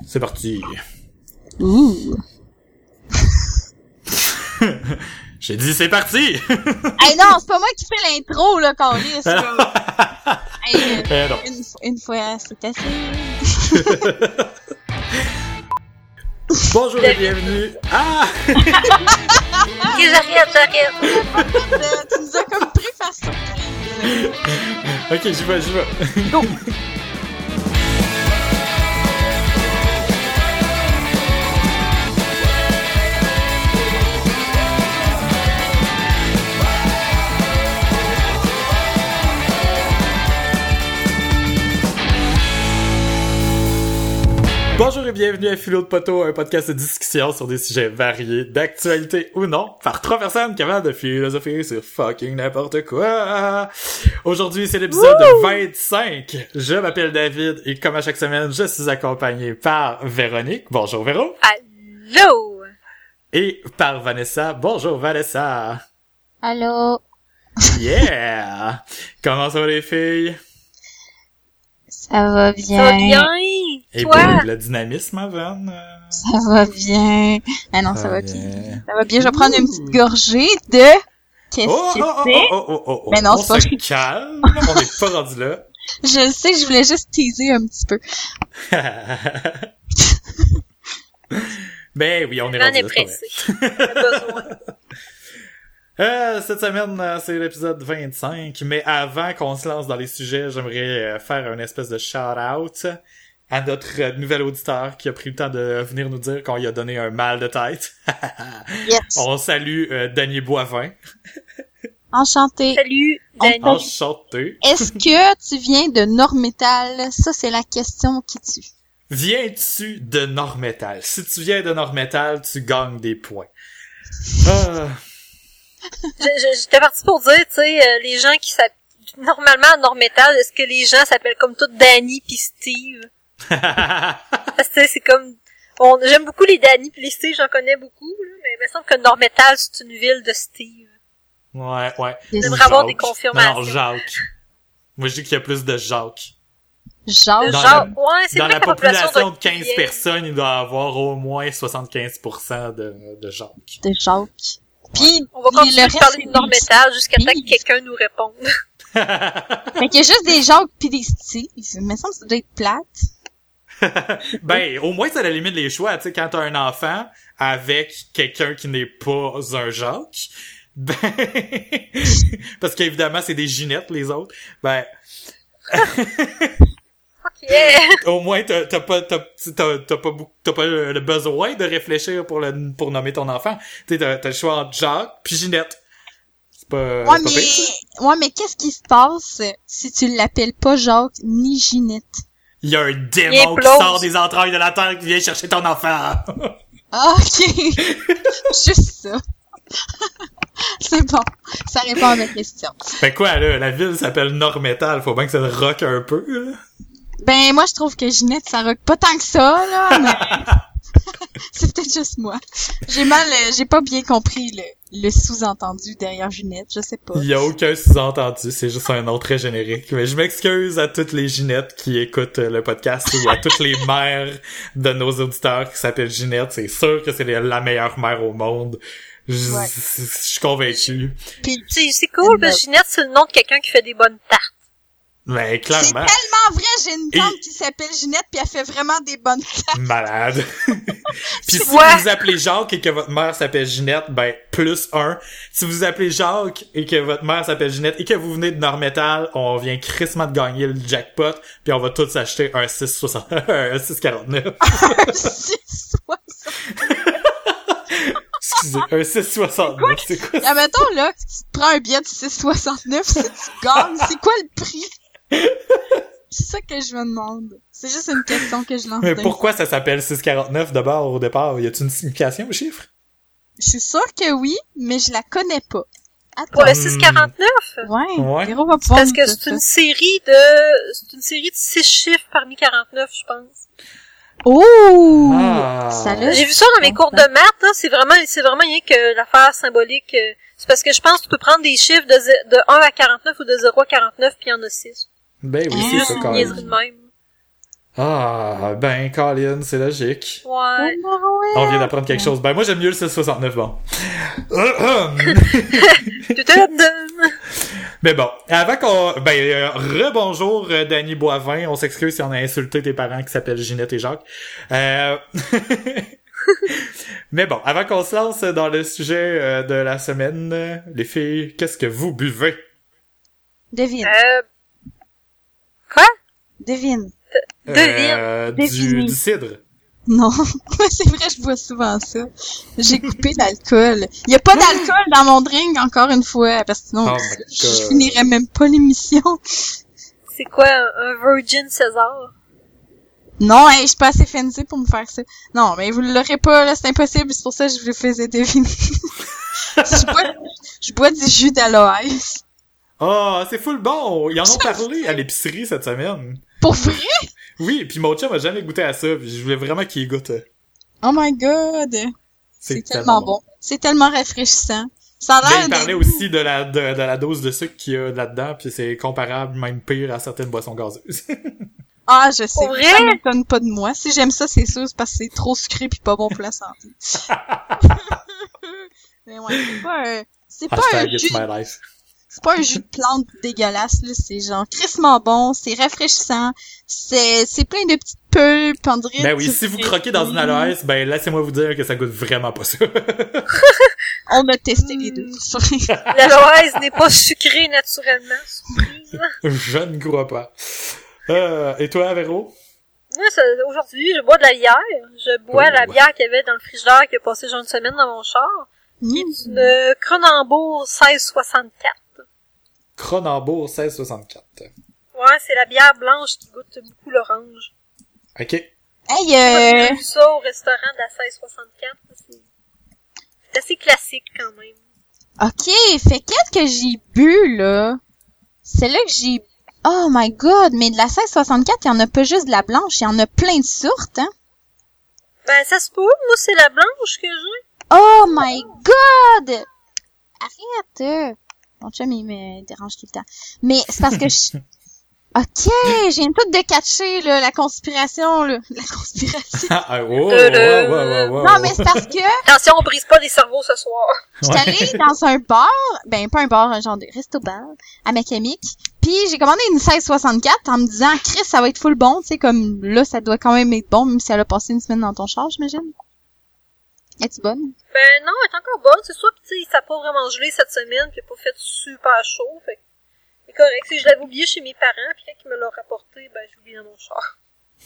C'est parti. Ouh. J'ai dit c'est parti. Hey non, c'est pas moi qui fais l'intro là, Carlis. Hey, non. une fois, c'est assez. Bonjour et bienvenue. Ah! J'arrête. Tu nous as comme pris face surprise. Ok, j'y vais. Go. Bonjour et bienvenue à Philo de Poteau, un podcast de discussion sur des sujets variés, d'actualité ou non, par trois personnes capables de philosopher sur fucking n'importe quoi. Aujourd'hui, c'est l'épisode 25. Je m'appelle David et comme à chaque semaine, je suis accompagné par Véronique. Bonjour Véro. Allô. Et par Vanessa. Bonjour Vanessa. Allô. Yeah! Comment ça va les filles? Ça va bien. Ça va bien. Et Toi? puis, le dynamisme avant. Ça va bien. Ah non, ça va bien. Ça va bien. Je vais prendre une petite gorgée de... Qu'est-ce que c'est? Oh. Mais non, on c'est pas... se calme. On n'est pas rendu là. Je sais, je voulais juste teaser un petit peu. Ben oui, on est On rendu est là. pressé. On a besoin. Cette semaine, c'est l'épisode 25, mais avant qu'on se lance dans les sujets, j'aimerais faire une espèce de shout-out à notre nouvel auditeur qui a pris le temps de venir nous dire qu'on lui a donné un mal de tête. Yes. On salue Daniel Boivin. Enchanté. Salut, Dani. Enchanté. Est-ce que tu viens de Normétal? Ça, c'est la question qui tue. Viens-tu de Normétal? Si tu viens de Normétal, tu gagnes des points. J'étais partie pour dire, tu sais, les gens qui s'appellent... Normalement, en Normétal, est-ce que les gens s'appellent comme tout Danny pis Steve? Parce que c'est comme... Bon, j'aime beaucoup les Danny pis les Steve, j'en connais beaucoup, là, mais il me semble que Normétal, c'est une ville de Steve. Ouais. J'aimerais avoir des confirmations. Non, Jacques. Moi, je dis qu'il y a plus de Jacques. Jacques. C'est Dans vrai la que population de 15 vieille. personnes, il doit y avoir au moins 75% de Jacques. De Jacques. Puis, On va continuer de parler de Normétal jusqu'à temps Steve. que quelqu'un nous réponde. Fait qu'il y a juste des Jacques pis des Steve. Il me semble que ça doit être plate. Ben, au moins, ça limite les choix. Tu sais, quand t'as un enfant avec quelqu'un qui n'est pas un Jacques, ben... parce qu'évidemment, c'est des Ginettes, les autres. Ben... Yeah. Au moins, t'as pas le besoin de réfléchir pour nommer ton enfant. Tu sais, t'as le choix entre Jacques pis Ginette. C'est pas, Ouais, c'est pas pire, ça. mais qu'est-ce qui se passe si tu l'appelles pas Jacques ni Ginette? Il y a un Il démon qui implose. sort des entrailles de la terre qui vient chercher ton enfant. Ah, ok. Juste ça. C'est bon. Ça répond à ma question. Fait quoi, là? La ville s'appelle Normétal. Faut bien que ça rock un peu, là. Ben, moi, je trouve que Ginette, ça rock pas tant que ça, là, mais... C'est peut-être juste moi. J'ai pas bien compris le sous-entendu derrière Ginette, je sais pas. Il y a aucun sous-entendu, c'est juste un nom très générique. Mais je m'excuse à toutes les Ginettes qui écoutent le podcast ou à toutes les mères de nos auditeurs qui s'appellent Ginette. C'est sûr que c'est la meilleure mère au monde. Je suis convaincu. Puis, C'est cool, parce que Ginette, c'est le nom de quelqu'un qui fait des bonnes tartes. Mais c'est clairement. tellement vrai, j'ai une tante Et- qui s'appelle Ginette pis elle fait vraiment des bonnes tartes. Malade. Puis si Ouais. vous appelez Jacques et que votre mère s'appelle Ginette, ben, plus 1. Si vous appelez Jacques et que votre mère s'appelle Ginette et que vous venez de Normétal, on vient crissement de gagner le jackpot puis on va tous acheter un 6,60, un 6,49. Un 6,60. Excusez, un 6,69. C'est quoi ça? Ah, mettons, là, que tu te prends un billet de 6,69 si tu gagnes, c'est quoi le prix? C'est ça que je me demande. C'est juste une question que je lance. Mais pourquoi ça s'appelle 6,49 d'abord au départ? Y a-t-il une signification au chiffre? Je suis sûre que oui, mais je la connais pas. Pour Attends. le 649? Ouais. Ouais. Véro va pouvoir Parce nous que dire c'est ça. une série de 6 chiffres parmi 49, je pense. Oh! Ah. Ça l'a- J'ai vu ça dans mes cours de maths, là, c'est vraiment rien que l'affaire symbolique. C'est parce que je pense que tu peux prendre des chiffres de 1 à 49 ou de 0 à 49 puis il y en a 6. Ben oui, Ah. c'est Juste ça une quand niaiserie même. de même. Ah, ben, Colin, c'est logique. Ouais. On vient d'apprendre quelque chose. Ben, moi, j'aime mieux le 669, bon. Mais bon, avant qu'on... Ben, rebonjour, Danny Boivin. On s'excuse si on a insulté tes parents qui s'appellent Ginette et Jacques. Mais bon, avant qu'on se lance dans le sujet de la semaine, les filles, qu'est-ce que vous buvez? Devine. Quoi? Devine. Du cidre. Non, c'est vrai, je bois souvent ça. J'ai coupé l'alcool. Il y a pas d'alcool dans mon drink, encore une fois, parce que sinon, je finirais même pas l'émission. C'est quoi, un Virgin César? Non, hey, je suis pas assez fancy pour me faire ça. Non, mais vous l'aurez pas, là, c'est impossible, c'est pour ça que je vous le faisais deviner. je bois du jus d'aloès. Ah, c'est full bon! Ils en ont parlé à l'épicerie cette semaine. Pour vrai? Oui, puis mon chum a jamais goûté à ça, puis je voulais vraiment qu'il y goûte. Oh my god! C'est tellement bon. C'est tellement rafraîchissant. Ça a l'air il parlait aussi de la dose de sucre qu'il y a là-dedans, puis c'est comparable, même pire, à certaines boissons gazeuses. Ah, je sais. Vrai? Ça m'étonne pas de moi. Si j'aime ça, c'est sûr, c'est parce que c'est trop sucré pis pas bon pour la santé. Mais ouais, c'est pas un jus... C'est pas un jus de plante dégueulasse, là. C'est genre crissement bon, c'est rafraîchissant, c'est plein de petites pulpes, on dirait. Ben oui, si vous croquez dans une aloès, ben laissez-moi vous dire que ça goûte vraiment pas ça. On a testé les deux. L'aloès n'est pas sucré naturellement, surprise. Je ne crois pas. Et toi, Véro? Moi, aujourd'hui, je bois de la bière. Je bois la bière qu'il y avait dans le frigidaire qui a passé genre une semaine dans mon char. Qui est une Kronenbourg 1664. Kronenbourg 1664. Ouais, c'est la bière blanche qui goûte beaucoup l'orange. OK. Hey, J'ai vu ça au restaurant de la 1664. C'est assez classique quand même. OK, fait qu'est-ce que j'ai bu, là? C'est là que j'ai... Oh my god, mais de la 1664, il y en a pas juste de la blanche, il y en a plein de sortes, hein? Ben, ça se peut. Moi, c'est la blanche que j'ai. Oh my god! Arrête! Mon chum, il me dérange tout le temps. Mais c'est parce que OK, je viens tout de catcher, là, la conspiration, là. La conspiration. Non, mais c'est parce que... Attention, on brise pas les cerveaux ce soir. J'étais allée dans un bar, ben pas un bar, un genre de resto-bar, à Macamic, pis j'ai commandé une 1664 en me disant, Chris, ça va être full bon, tu sais, comme là, ça doit quand même être bon, même si elle a passé une semaine dans ton char, j'imagine. Es-tu bonne? Ben non, elle est encore bonne, c'est sûr, pis tu sais, ça a pas vraiment gelé cette semaine, pis pas fait super chaud, fait que c'est correct. Si je l'avais oublié chez mes parents, pis quand ils me l'ont rapporté, ben j'ai oublié dans mon char.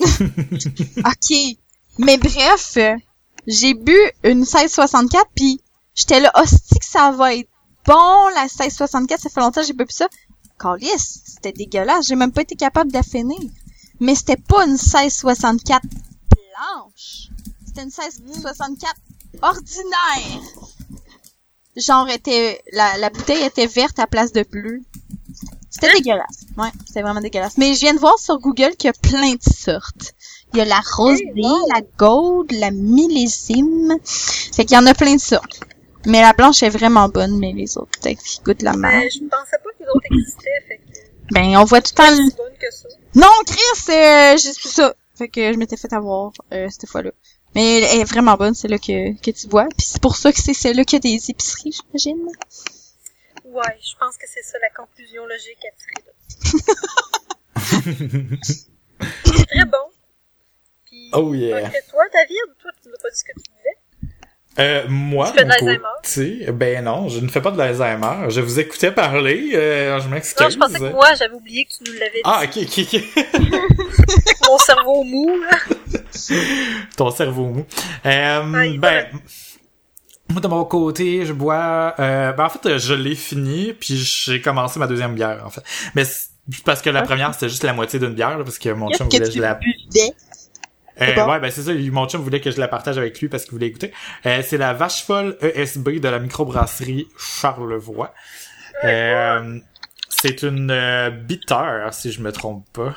OK. Mais bref, j'ai bu une 1664 pis j'étais là, hostie que ça va être bon, la 1664, ça fait longtemps que j'ai pas bu ça. Calisse, c'était dégueulasse, j'ai même pas été capable d'affinir. Mais c'était pas une 1664 blanche. C'était une 1664 ordinaire. Genre, la bouteille était verte à place de bleu. C'était dégueulasse. Ouais, c'était vraiment dégueulasse. Mais je viens de voir sur Google qu'il y a plein de sortes. Il y a la rosée, la gold, la millésime. Fait qu'il y en a plein de sortes. Mais la blanche est vraiment bonne, mais les autres, peut-être qu'ils goûtent la merde. Je pensais pas que les autres existaient, fait que... Ben, on voit tout le temps... C'est bonne que ça. Non, Chris, j'ai su ça. Fait que je m'étais fait avoir, cette fois-là. Mais elle est vraiment bonne, c'est là que tu bois. Puis c'est pour ça que c'est celle-là qu'il y a des épiceries, j'imagine. Ouais, je pense que c'est ça la conclusion logique à tirer de ça. C'est très bon. Puis, oh yeah. Toi, David, toi, tu nous as pas dit ce que tu disais? Moi, tu fais de l'Alzheimer? Ben non, je ne fais pas de l'Alzheimer. Je vous écoutais parler, je m'excuse. Non, je pensais que moi, j'avais oublié que tu nous l'avais dit. Ah, ok. Mon cerveau mou, là. Ton cerveau mou. Moi, de mon côté, je bois... en fait, je l'ai fini, puis j'ai commencé ma deuxième bière, en fait. Mais parce que la première, c'était juste la moitié d'une bière, là, parce que mon chum voulait que je la... Ouais, ben c'est ça, mon chum voulait que je la partage avec lui parce qu'il voulait écouter. C'est la Vache Folle ESB de la microbrasserie Charlevoix. C'est une bitter, si je me trompe pas.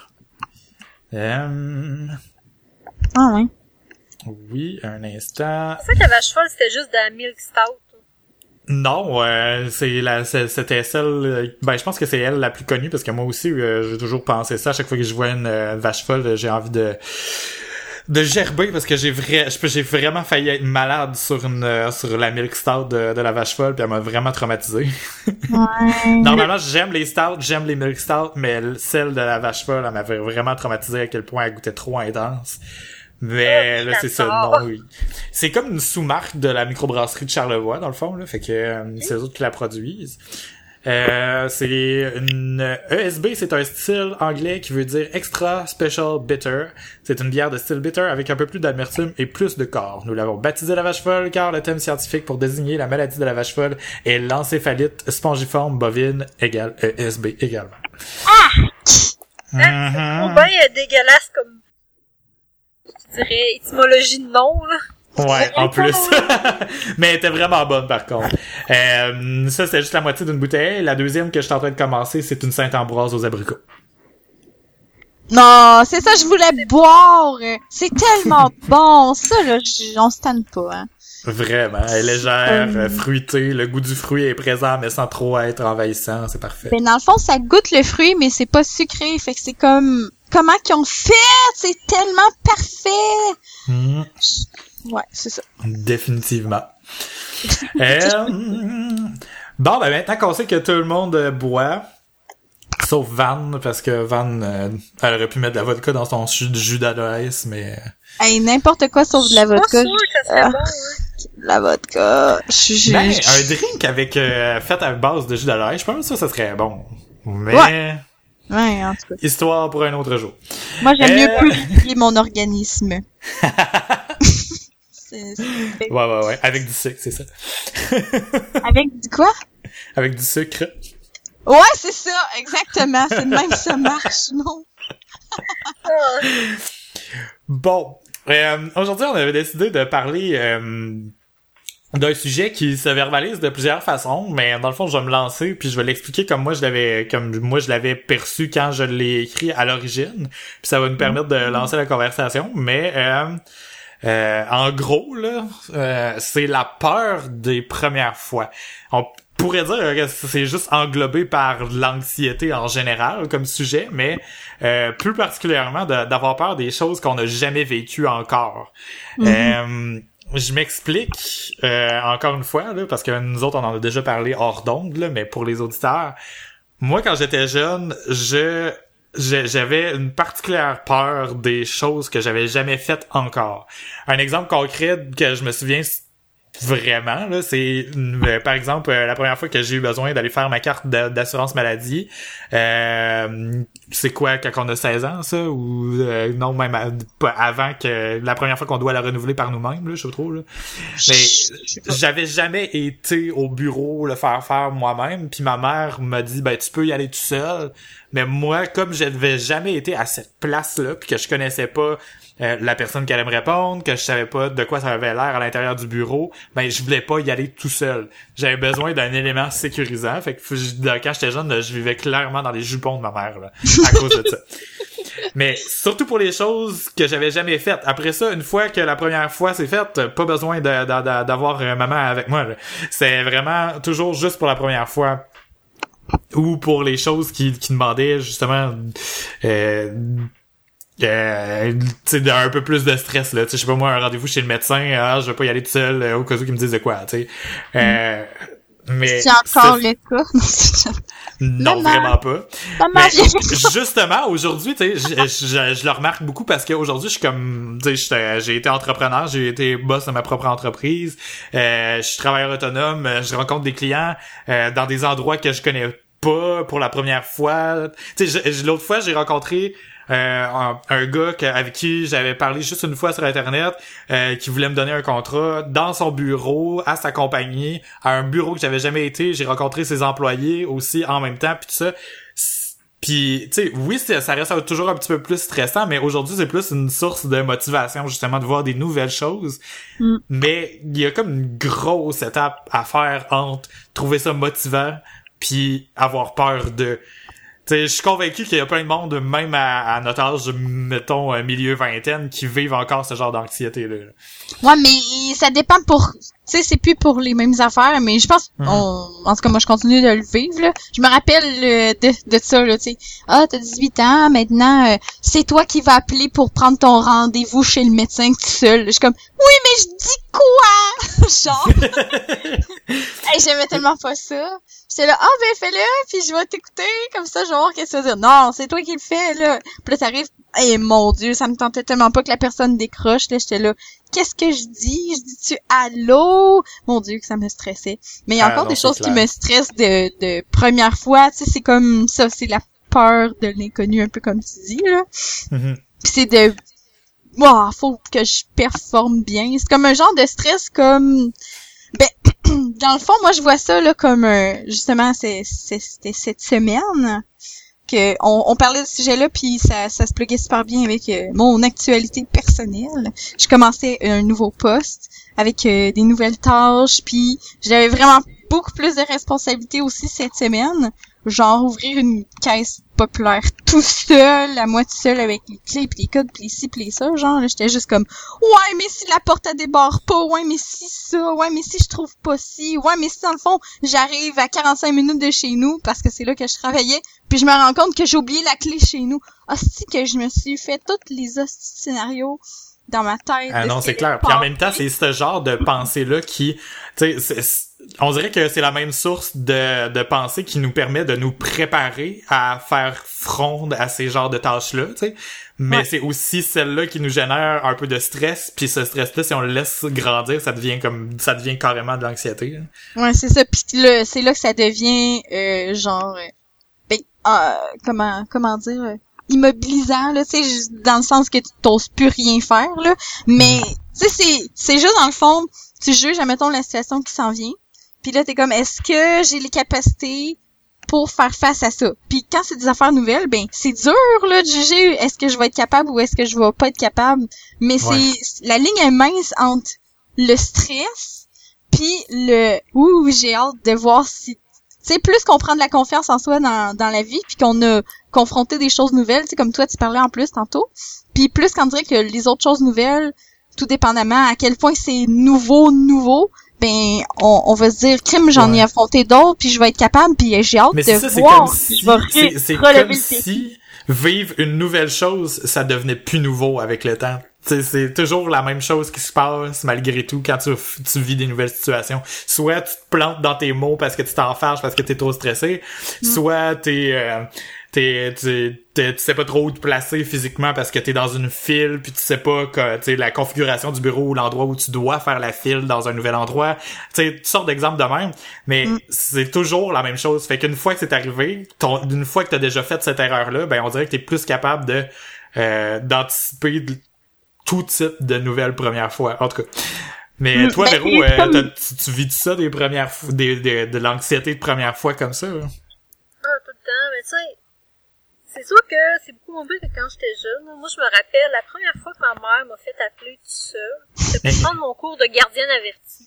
Ah ouais. Oui, un instant. C'est ça que la Vache Folle, c'était juste de la milk stout. Non, c'était celle, je pense que c'est elle la plus connue parce que moi aussi, j'ai toujours pensé ça. À chaque fois que je vois une vache folle, j'ai envie de gerber parce que j'ai vraiment failli être malade sur la milk stout de la vache folle, puis elle m'a vraiment traumatisé. Ouais. Normalement, j'aime les stouts, j'aime les milk stout, mais celle de la vache folle, elle m'avait vraiment traumatisé à quel point elle goûtait trop intense. Mais là, c'est ça, non. Oui. C'est comme une sous-marque de la microbrasserie de Charlevoix, dans le fond, là. Fait que c'est eux autres qui la produisent. C'est une ESB, c'est un style anglais qui veut dire Extra Special Bitter. C'est une bière de style bitter avec un peu plus d'amertume et plus de corps. Nous l'avons baptisé la vache folle car le thème scientifique pour désigner la maladie de la vache folle est l'encéphalite spongiforme bovine égale ESB également. Ah! C'est bien dégueulasse comme, je dirais, étymologie de nom, là. Ouais, en plus. Mais elle était vraiment bonne, par contre. Ça, c'est juste la moitié d'une bouteille. La deuxième que je suis en train de commencer, c'est une Saint-Ambroise aux abricots. Non, c'est ça, je voulais boire. C'est tellement bon. Ça, là, on se tanne pas, hein. Vraiment. Elle est légère, fruitée. Le goût du fruit est présent, mais sans trop être envahissant. C'est parfait. Ben, dans le fond, ça goûte le fruit, mais c'est pas sucré. Fait que c'est comme, comment qu'ils ont fait? C'est tellement parfait! Ouais, c'est ça. Définitivement. Bon, ben maintenant qu'on sait que tout le monde boit, sauf Van, parce que Van, elle aurait pu mettre de la vodka dans son jus d'ananas, mais... Hey, n'importe quoi sauf de la vodka. Je suis pas sûre que ça serait bon, hein. La vodka. Un drink avec fait à base de jus d'ananas, je pense que ça serait bon. Mais... Ouais, en tout cas. Histoire pour un autre jour. Moi, j'aime mieux purifier mon organisme. Ouais. Avec du sucre, c'est ça. Avec du quoi? Avec du sucre. Ouais, c'est ça, exactement. C'est de même que ça marche, non? Bon. Aujourd'hui, on avait décidé de parler d'un sujet qui se verbalise de plusieurs façons, mais dans le fond, je vais me lancer puis je vais l'expliquer comme moi je l'avais perçu quand je l'ai écrit à l'origine, puis ça va nous permettre de lancer la conversation, mais en gros là, c'est la peur des premières fois. On pourrait dire que c'est juste englobé par l'anxiété en général comme sujet, mais plus particulièrement d'avoir peur des choses qu'on n'a jamais vécues encore. Je m'explique encore une fois là, parce que nous autres on en a déjà parlé hors d'onde là, mais pour les auditeurs, moi quand j'étais jeune, j'avais une particulière peur des choses que j'avais jamais faites encore. Un exemple concret que je me souviens vraiment là, c'est par exemple la première fois que j'ai eu besoin d'aller faire ma carte d'assurance maladie, c'est quoi quand on a 16 ans ça ou non même avant que la première fois qu'on doit la renouveler par nous-mêmes là, je sais pas trop là. Mais j'avais jamais été au bureau le faire moi-même, puis ma mère m'a dit ben tu peux y aller tout seul, mais moi comme je n'avais jamais été à cette place-là puis que je connaissais pas la personne qui allait me répondre, que je savais pas de quoi ça avait l'air à l'intérieur du bureau, ben je voulais pas y aller tout seul. J'avais besoin d'un élément sécurisant, fait que quand j'étais jeune, là, je vivais clairement dans les jupons de ma mère là, à cause de ça. Mais surtout pour les choses que j'avais jamais faites. Après ça, une fois que la première fois c'est faite, pas besoin d'avoir maman avec moi là. C'est vraiment toujours juste pour la première fois. Ou pour les choses qui demandaient justement tu sais, un peu plus de stress là, tu sais, je sais pas moi, un rendez-vous chez le médecin, je vais pas y aller tout seul au cas où qu'ils me disent de quoi, tu sais. Mais c'est encore le cas. Non, maman, vraiment pas. Maman, mais justement aujourd'hui, tu sais, je le remarque beaucoup parce qu'aujourd'hui je suis comme, tu sais, j'ai été entrepreneur, j'ai été boss de ma propre entreprise, je suis travailleur autonome, je rencontre des clients dans des endroits que je connais pas pour la première fois. Tu sais, l'autre fois j'ai rencontré un gars avec qui j'avais parlé juste une fois sur internet, qui voulait me donner un contrat dans son bureau, à sa compagnie, à un bureau que j'avais jamais été. J'ai rencontré ses employés aussi en même temps, puis tout ça. Puis, tu sais, oui, ça reste toujours un petit peu plus stressant, mais aujourd'hui, c'est plus une source de motivation, justement, de voir des nouvelles choses. Mais il y a comme une grosse étape à faire entre trouver ça motivant puis avoir peur de... T'sais, je suis convaincu qu'il y a plein de monde, même à notre âge, mettons, milieu vingtaine, qui vivent encore ce genre d'anxiété-là. Ouais, mais ça dépend pour tu sais, c'est plus pour les mêmes affaires, mais je pense, en tout cas, moi, je continue de le vivre, là. Je me rappelle de ça, là, tu sais. Ah, t'as 18 ans, maintenant, c'est toi qui vas appeler pour prendre ton rendez-vous chez le médecin tout seul. Je suis comme, oui, mais je dis quoi? Genre. Hey, j'aimais tellement pas ça. J'étais là, ben, fais-le, puis je vais t'écouter, comme ça, je vais voir qu'est-ce que ça veut dire. Non, c'est toi qui le fais, là. Puis là, t'arrives, mon Dieu, ça me tentait tellement pas que la personne décroche, là. J'étais là, qu'est-ce que je dis? Je dis-tu allô? Mon Dieu, que ça me stressait. Mais il y a encore des choses qui me stressent de première fois, tu sais, c'est comme ça, c'est la peur de l'inconnu, un peu comme tu dis, là. Pis c'est de, faut que je performe bien. C'est comme un genre de stress comme, dans le fond, moi, je vois ça, là, comme, justement, c'était cette semaine que on parlait de ce sujet-là, puis ça se pluguait super bien avec mon actualité personnelle. Je commençais un nouveau poste avec des nouvelles tâches, puis j'avais vraiment beaucoup plus de responsabilités aussi cette semaine. Genre, ouvrir une caisse populaire tout seul, à moi tout seul, avec les clés pis les codes pis les ci pis les ça, genre, là, j'étais juste comme, ouais, mais si la porte elle débarre pas, ouais, mais si ça, ouais, mais si je trouve pas ci, ouais, mais si dans le fond, j'arrive à 45 minutes de chez nous, parce que c'est là que je travaillais, puis je me rends compte que j'ai oublié la clé chez nous. Hostie que je me suis fait tous les hosties scénarios dans ma tête. Ah non, c'est clair. Puis en même temps, c'est ce genre de pensée-là qui, tu sais, on dirait que c'est la même source de pensée qui nous permet de nous préparer à faire front à ces genres de tâches-là, tu sais. Mais c'est aussi celle-là qui nous génère un peu de stress, puis ce stress-là, si on le laisse grandir, ça devient carrément de l'anxiété. Hein. Ouais, c'est ça. Puis là, c'est là que ça devient comment dire, immobilisant, là, tu sais, dans le sens que tu t'oses plus rien faire, là. Mais, tu sais, c'est juste, dans le fond, tu juges, admettons, la situation qui s'en vient. Puis là, t'es comme, est-ce que j'ai les capacités pour faire face à ça? Puis quand c'est des affaires nouvelles, c'est dur, là, de juger est-ce que je vais être capable ou est-ce que je vais pas être capable. Mais la ligne est mince entre le stress puis j'ai hâte de voir si, tu sais, plus qu'on prend de la confiance en soi dans la vie, puis qu'on a confronté des choses nouvelles, tu sais, comme toi, tu parlais en plus tantôt, puis plus qu'on dirait que les autres choses nouvelles, tout dépendamment à quel point c'est nouveau, on va se dire, crime, j'en ai affronté d'autres, puis je vais être capable, puis j'ai hâte de voir. C'est comme si vivre une nouvelle chose, ça devenait plus nouveau avec le temps. T'sais, c'est toujours la même chose qui se passe malgré tout quand tu vis des nouvelles situations. Soit tu te plantes dans tes mots parce que tu t'en fâches parce que t'es trop stressé, soit tu sais pas trop où te placer physiquement parce que t'es dans une file puis tu sais pas que tu sais la configuration du bureau ou l'endroit où tu dois faire la file dans un nouvel endroit. Tu sais, toutes sortes d'exemples de même, mais c'est toujours la même chose. Fait qu'une fois que c'est arrivé, une fois que t'as déjà fait cette erreur-là, on dirait que t'es plus capable de d'anticiper tout type de nouvelles premières fois. En tout cas. Mais toi, Véro, tu vis ça des premières de l'anxiété de première fois comme ça? Hein? Ah, tout le temps, mais tu sais, c'est sûr que c'est beaucoup moins pire que quand j'étais jeune. Moi, je me rappelle, la première fois que ma mère m'a fait appeler tout seul, c'était pour prendre mon cours de gardienne avertie.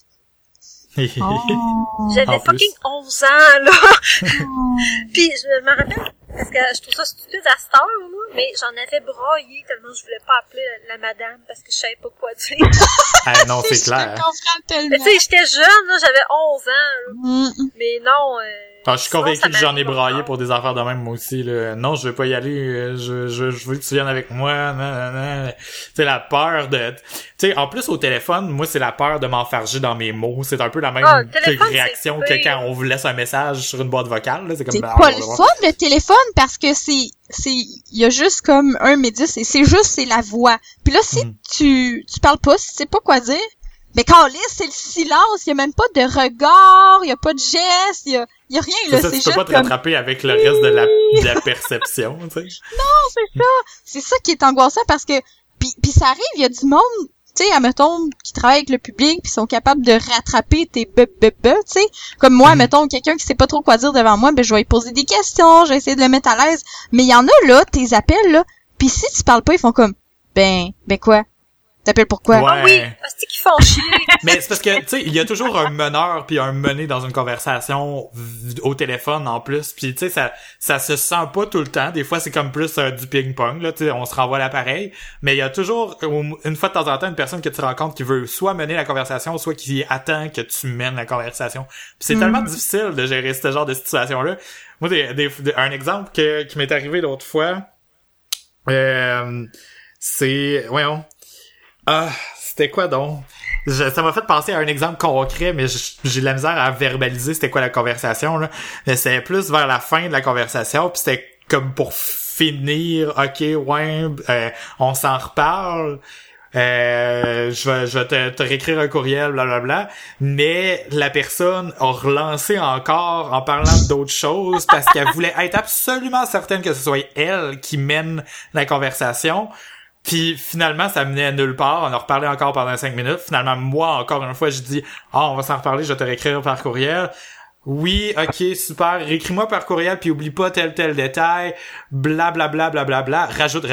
J'avais fucking 11 ans, là! Puis, je me rappelle, parce que je trouve ça stupide à cette heure, moi, mais j'en avais braillé tellement je voulais pas appeler la madame parce que je savais pas quoi dire. Ah non, c'est clair. Je comprends tellement. Tu sais, j'étais jeune, là, j'avais 11 ans, là. Mais non, je suis convaincu que j'en ai braillé pour des affaires de même, moi aussi, là. Non, je veux pas y aller, je veux que tu viennes avec moi, non. Tu sais, la peur de, tu sais, en plus au téléphone, moi, c'est la peur de m'enfarger dans mes mots. C'est un peu la même réaction que quand on vous laisse un message sur une boîte vocale, là. C'est comme, c'est pas le fun, le téléphone, parce que il y a juste comme un média, c'est la voix. Puis là, si tu parles pas, si tu sais pas quoi dire, câlisse, c'est le silence, il y a même pas de regard, il y a pas de geste, il y a rien, là, c'est tu juste peux pas te rattraper avec le reste de la perception, tu sais. Non, c'est ça. C'est ça qui est angoissant parce que puis ça arrive, il y a du monde, tu sais, admettons, qui travaille avec le public puis sont capables de rattraper tes tu sais. Comme moi, admettons, quelqu'un qui sait pas trop quoi dire devant moi, je vais lui poser des questions, je vais essayer de le mettre à l'aise. Mais il y en a, là, tes appels, là, puis si tu parles pas, ils font comme, quoi? T'appelles pourquoi? Ouais. Ah oui, c'est qu'ils font chier. Mais c'est parce que, tu sais, il y a toujours un meneur puis un mené dans une conversation au téléphone en plus. Puis tu sais, ça se sent pas tout le temps. Des fois, c'est comme plus du ping-pong, là, tu sais, on se renvoie l'appareil. Mais il y a toujours, une fois de temps en temps, une personne que tu rencontres qui veut soit mener la conversation, soit qui attend que tu mènes la conversation. Puis c'est tellement difficile de gérer ce genre de situation-là. Moi, un exemple qui m'est arrivé l'autre fois, c'est... Voyons. C'était quoi donc? Ça m'a fait penser à un exemple concret, mais j'ai de la misère à verbaliser c'était quoi la conversation, là. Mais c'était plus vers la fin de la conversation, puis c'était comme pour finir, ok, ouais, on s'en reparle. Je vais te réécrire un courriel, blablabla. Mais la personne a relancé encore en parlant d'autres choses parce qu'elle voulait être absolument certaine que ce soit elle qui mène la conversation. Puis finalement, ça menait à nulle part. On a reparlé encore pendant 5 minutes. Finalement, moi, encore une fois, je dis « Ah, on va s'en reparler, je vais te réécrire par courriel. » Oui, ok, super. Réécris-moi par courriel, puis oublie pas tel détail. Blablabla, blablabla. Rajoute.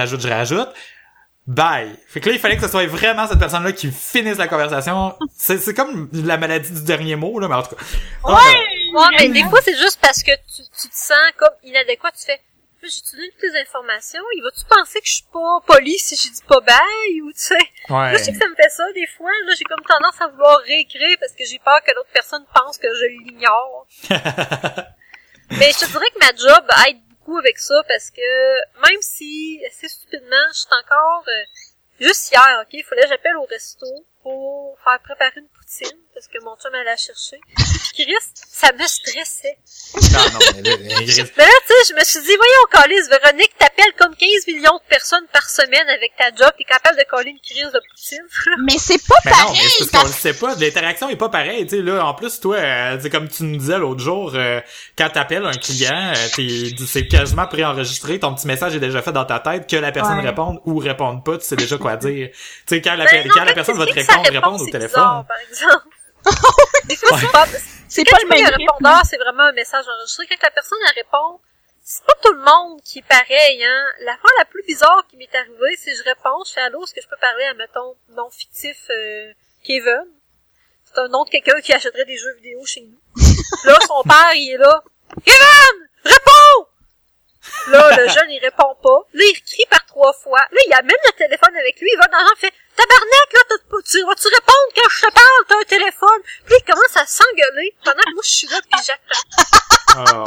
Bye. Fait que là, il fallait que ce soit vraiment cette personne-là qui finisse la conversation. C'est comme la maladie du dernier mot, là, mais en tout cas. Ouais, mais des fois, c'est juste parce que tu te sens comme inadéquat. Tu fais, j'utilise toutes les informations. Il va-tu penser que je suis pas polie si je dis pas bye, ou tu sais. Ouais. Là, je sais que ça me fait ça, des fois. Là, j'ai comme tendance à vouloir réécrire parce que j'ai peur que l'autre personne pense que je l'ignore. Mais je te dirais que ma job aide beaucoup avec ça parce que même si assez stupidement je suis encore juste hier, ok, il fallait que j'appelle au resto pour faire préparer une poutine parce que mon chum allait la chercher. Chris, ça me stressait. Non, mais là, Mais là, tu sais, je me suis dit, voyons, Calice, Véronique, t'appelles comme 15 millions de personnes par semaine avec ta job, t'es capable de coller une crise de poutine. Mais c'est pas mais pareil! non, mais c'est parce qu'on le sait pas. L'interaction est pas pareille, tu sais, là. En plus, toi, c'est comme tu nous disais l'autre jour, quand t'appelles un client, c'est quasiment préenregistré, ton petit message est déjà fait dans ta tête, que la personne réponde ou réponde pas, tu sais déjà quoi dire. Tu sais, quand la personne va te répondre au téléphone. Bizarre, par exemple. Des fois, c'est pas le même répondeur, c'est vraiment un message enregistré. Quand la personne elle répond, c'est pas tout le monde qui est pareil, hein. L'affaire la plus bizarre qui m'est arrivée, c'est que je réponds, je fais allô, est-ce que je peux parler à, mettons, nom fictif, Kevin? C'est un nom de quelqu'un qui achèterait des jeux vidéo chez nous. Là, son père, il est là. Kevin! Réponds! Là, le jeune, il répond pas. Là, il crie par 3 fois. Là, il amène le téléphone avec lui, il va dans le fait tabarnak, là, tu vas-tu répondre quand je te parle, t'as un téléphone? Puis il commence à s'engueuler pendant que moi je suis là pis j'attends.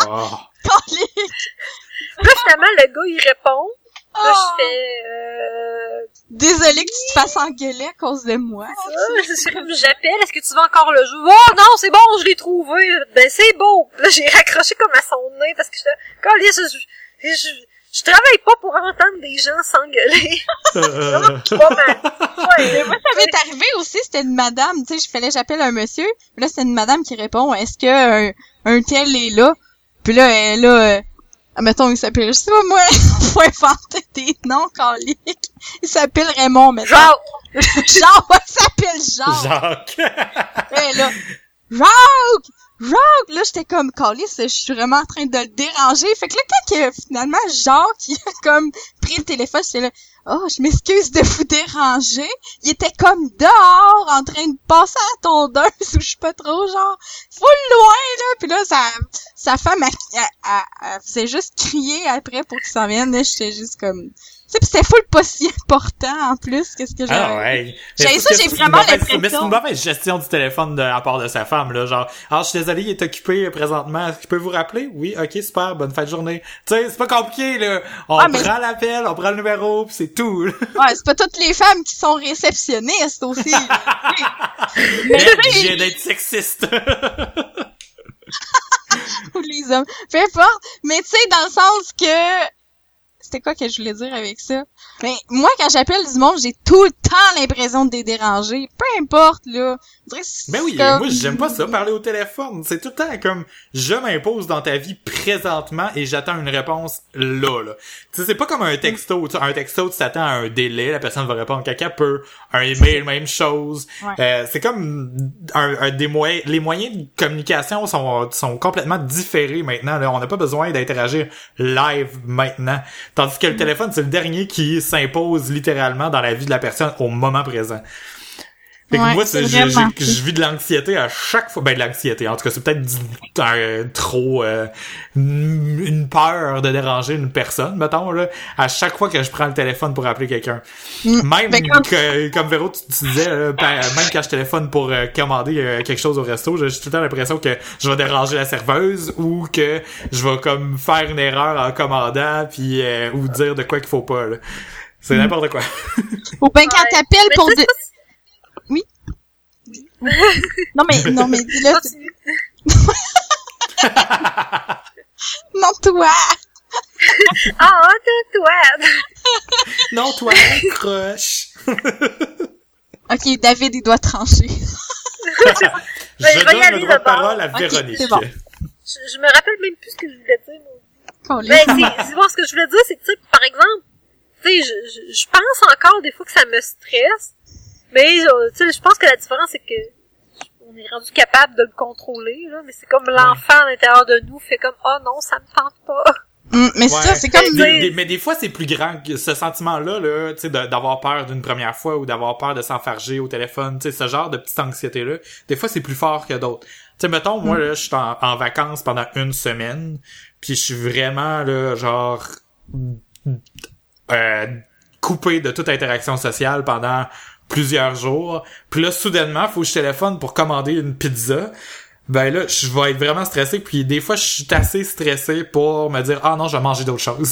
Là, finalement, le gars, il répond. Là, je fais, Désolée que tu te fasses engueuler à cause de moi. C'est comme j'appelle, est-ce que tu veux encore le jeu? Oh non, c'est bon, je l'ai trouvé. Ben, c'est beau. Là, j'ai raccroché comme à son nez parce que je travaille pas pour entendre des gens s'engueuler. Mais moi, ça m'est arrivé aussi, c'était une madame, tu sais, j'appelle un monsieur, puis là, c'est une madame qui répond, est-ce que un tel est là? Puis là, elle est là, mettons, il s'appelle, je sais pas moi, faut inventer des noms caliques. Il s'appelle Raymond, mettons. Jacques, il s'appelle Jacques. Et là, Jacques! Là, j'étais comme, Calice, je suis vraiment en train de le déranger. Fait que là, quand finalement, Jacques, il a comme pris le téléphone, j'étais là, oh, je m'excuse de vous déranger. Il était comme dehors, en train de passer à la tondeuse, ou je sais pas trop, genre, full loin, là. Puis là, sa femme, elle faisait juste crier après pour qu'il s'en vienne. Là, j'étais juste comme... Tu sais, pis c'était full pas si important, en plus, qu'est-ce que j'avais... Ah ouais. J'ai vraiment l'impression... Mais c'est une mauvaise gestion du téléphone de la part de sa femme, là, genre, je suis désolé, il est occupé présentement, est-ce que je peux vous rappeler? Oui, ok, super, bonne fin de journée. Tu sais, c'est pas compliqué, là. On prend l'appel, on prend le numéro, pis c'est tout, là. Ouais, c'est pas toutes les femmes qui sont réceptionnistes aussi. Mais j'ai d'être sexiste. Ou les hommes. Peu importe. Mais tu sais, dans le sens que... C'était quoi que je voulais dire avec ça? Ben, moi, quand j'appelle du monde, j'ai tout le temps l'impression de les déranger. Peu importe, là. Ben oui, comme... moi, j'aime pas ça, parler au téléphone. C'est tout le temps comme, je m'impose dans ta vie présentement et j'attends une réponse là. Tu sais, c'est pas comme un texto. Un texto, tu t'attends à un délai, la personne va répondre caca peu. Un email, même chose. Ouais. C'est comme les moyens de communication sont complètement différés maintenant, là. On n'a pas besoin d'interagir live maintenant. Tandis que le téléphone, c'est le dernier qui s'impose littéralement dans la vie de la personne au moment présent. Fait que moi, je vis de l'anxiété à chaque fois. Ben, de l'anxiété. En tout cas, c'est peut-être trop une peur de déranger une personne, mettons, là. À chaque fois que je prends le téléphone pour appeler quelqu'un. Même comme Véro, tu disais, même quand je téléphone pour commander quelque chose au resto, j'ai tout le temps l'impression que je vais déranger la serveuse ou que je vais comme faire une erreur en commandant puis ou dire de quoi qu'il faut pas, là. C'est n'importe quoi. Ou ben quand t'appelles pour Oui. Non mais dis-le. Non toi. Toi. Non toi, crush. Ok, David il doit trancher. Je donne le droit de parole à Véronique. C'est bon. Je me rappelle même plus ce que je voulais dire. C'est bon, ce que je voulais dire, c'est que, tu sais, par exemple, tu sais, je pense encore des fois que ça me stresse. Mais, tu sais, je pense que la différence, c'est que on est rendu capable de le contrôler, là, mais c'est comme l'enfant à l'intérieur de nous fait comme, oh non, ça me tente pas. Mais ça, c'est comme... Mais des fois, c'est plus grand que ce sentiment-là, là, tu sais, d'avoir peur d'une première fois ou d'avoir peur de s'enfarger au téléphone, tu sais, ce genre de petite anxiété-là, des fois, c'est plus fort que d'autres. Tu sais, mettons, moi, là, je suis en vacances pendant une semaine, puis je suis vraiment, là, genre, coupé de toute interaction sociale pendant plusieurs jours. Puis là, soudainement, faut que je téléphone pour commander une pizza. Ben là, je vais être vraiment stressé. Puis des fois, je suis assez stressé pour me dire « Ah non, je vais manger d'autres choses. »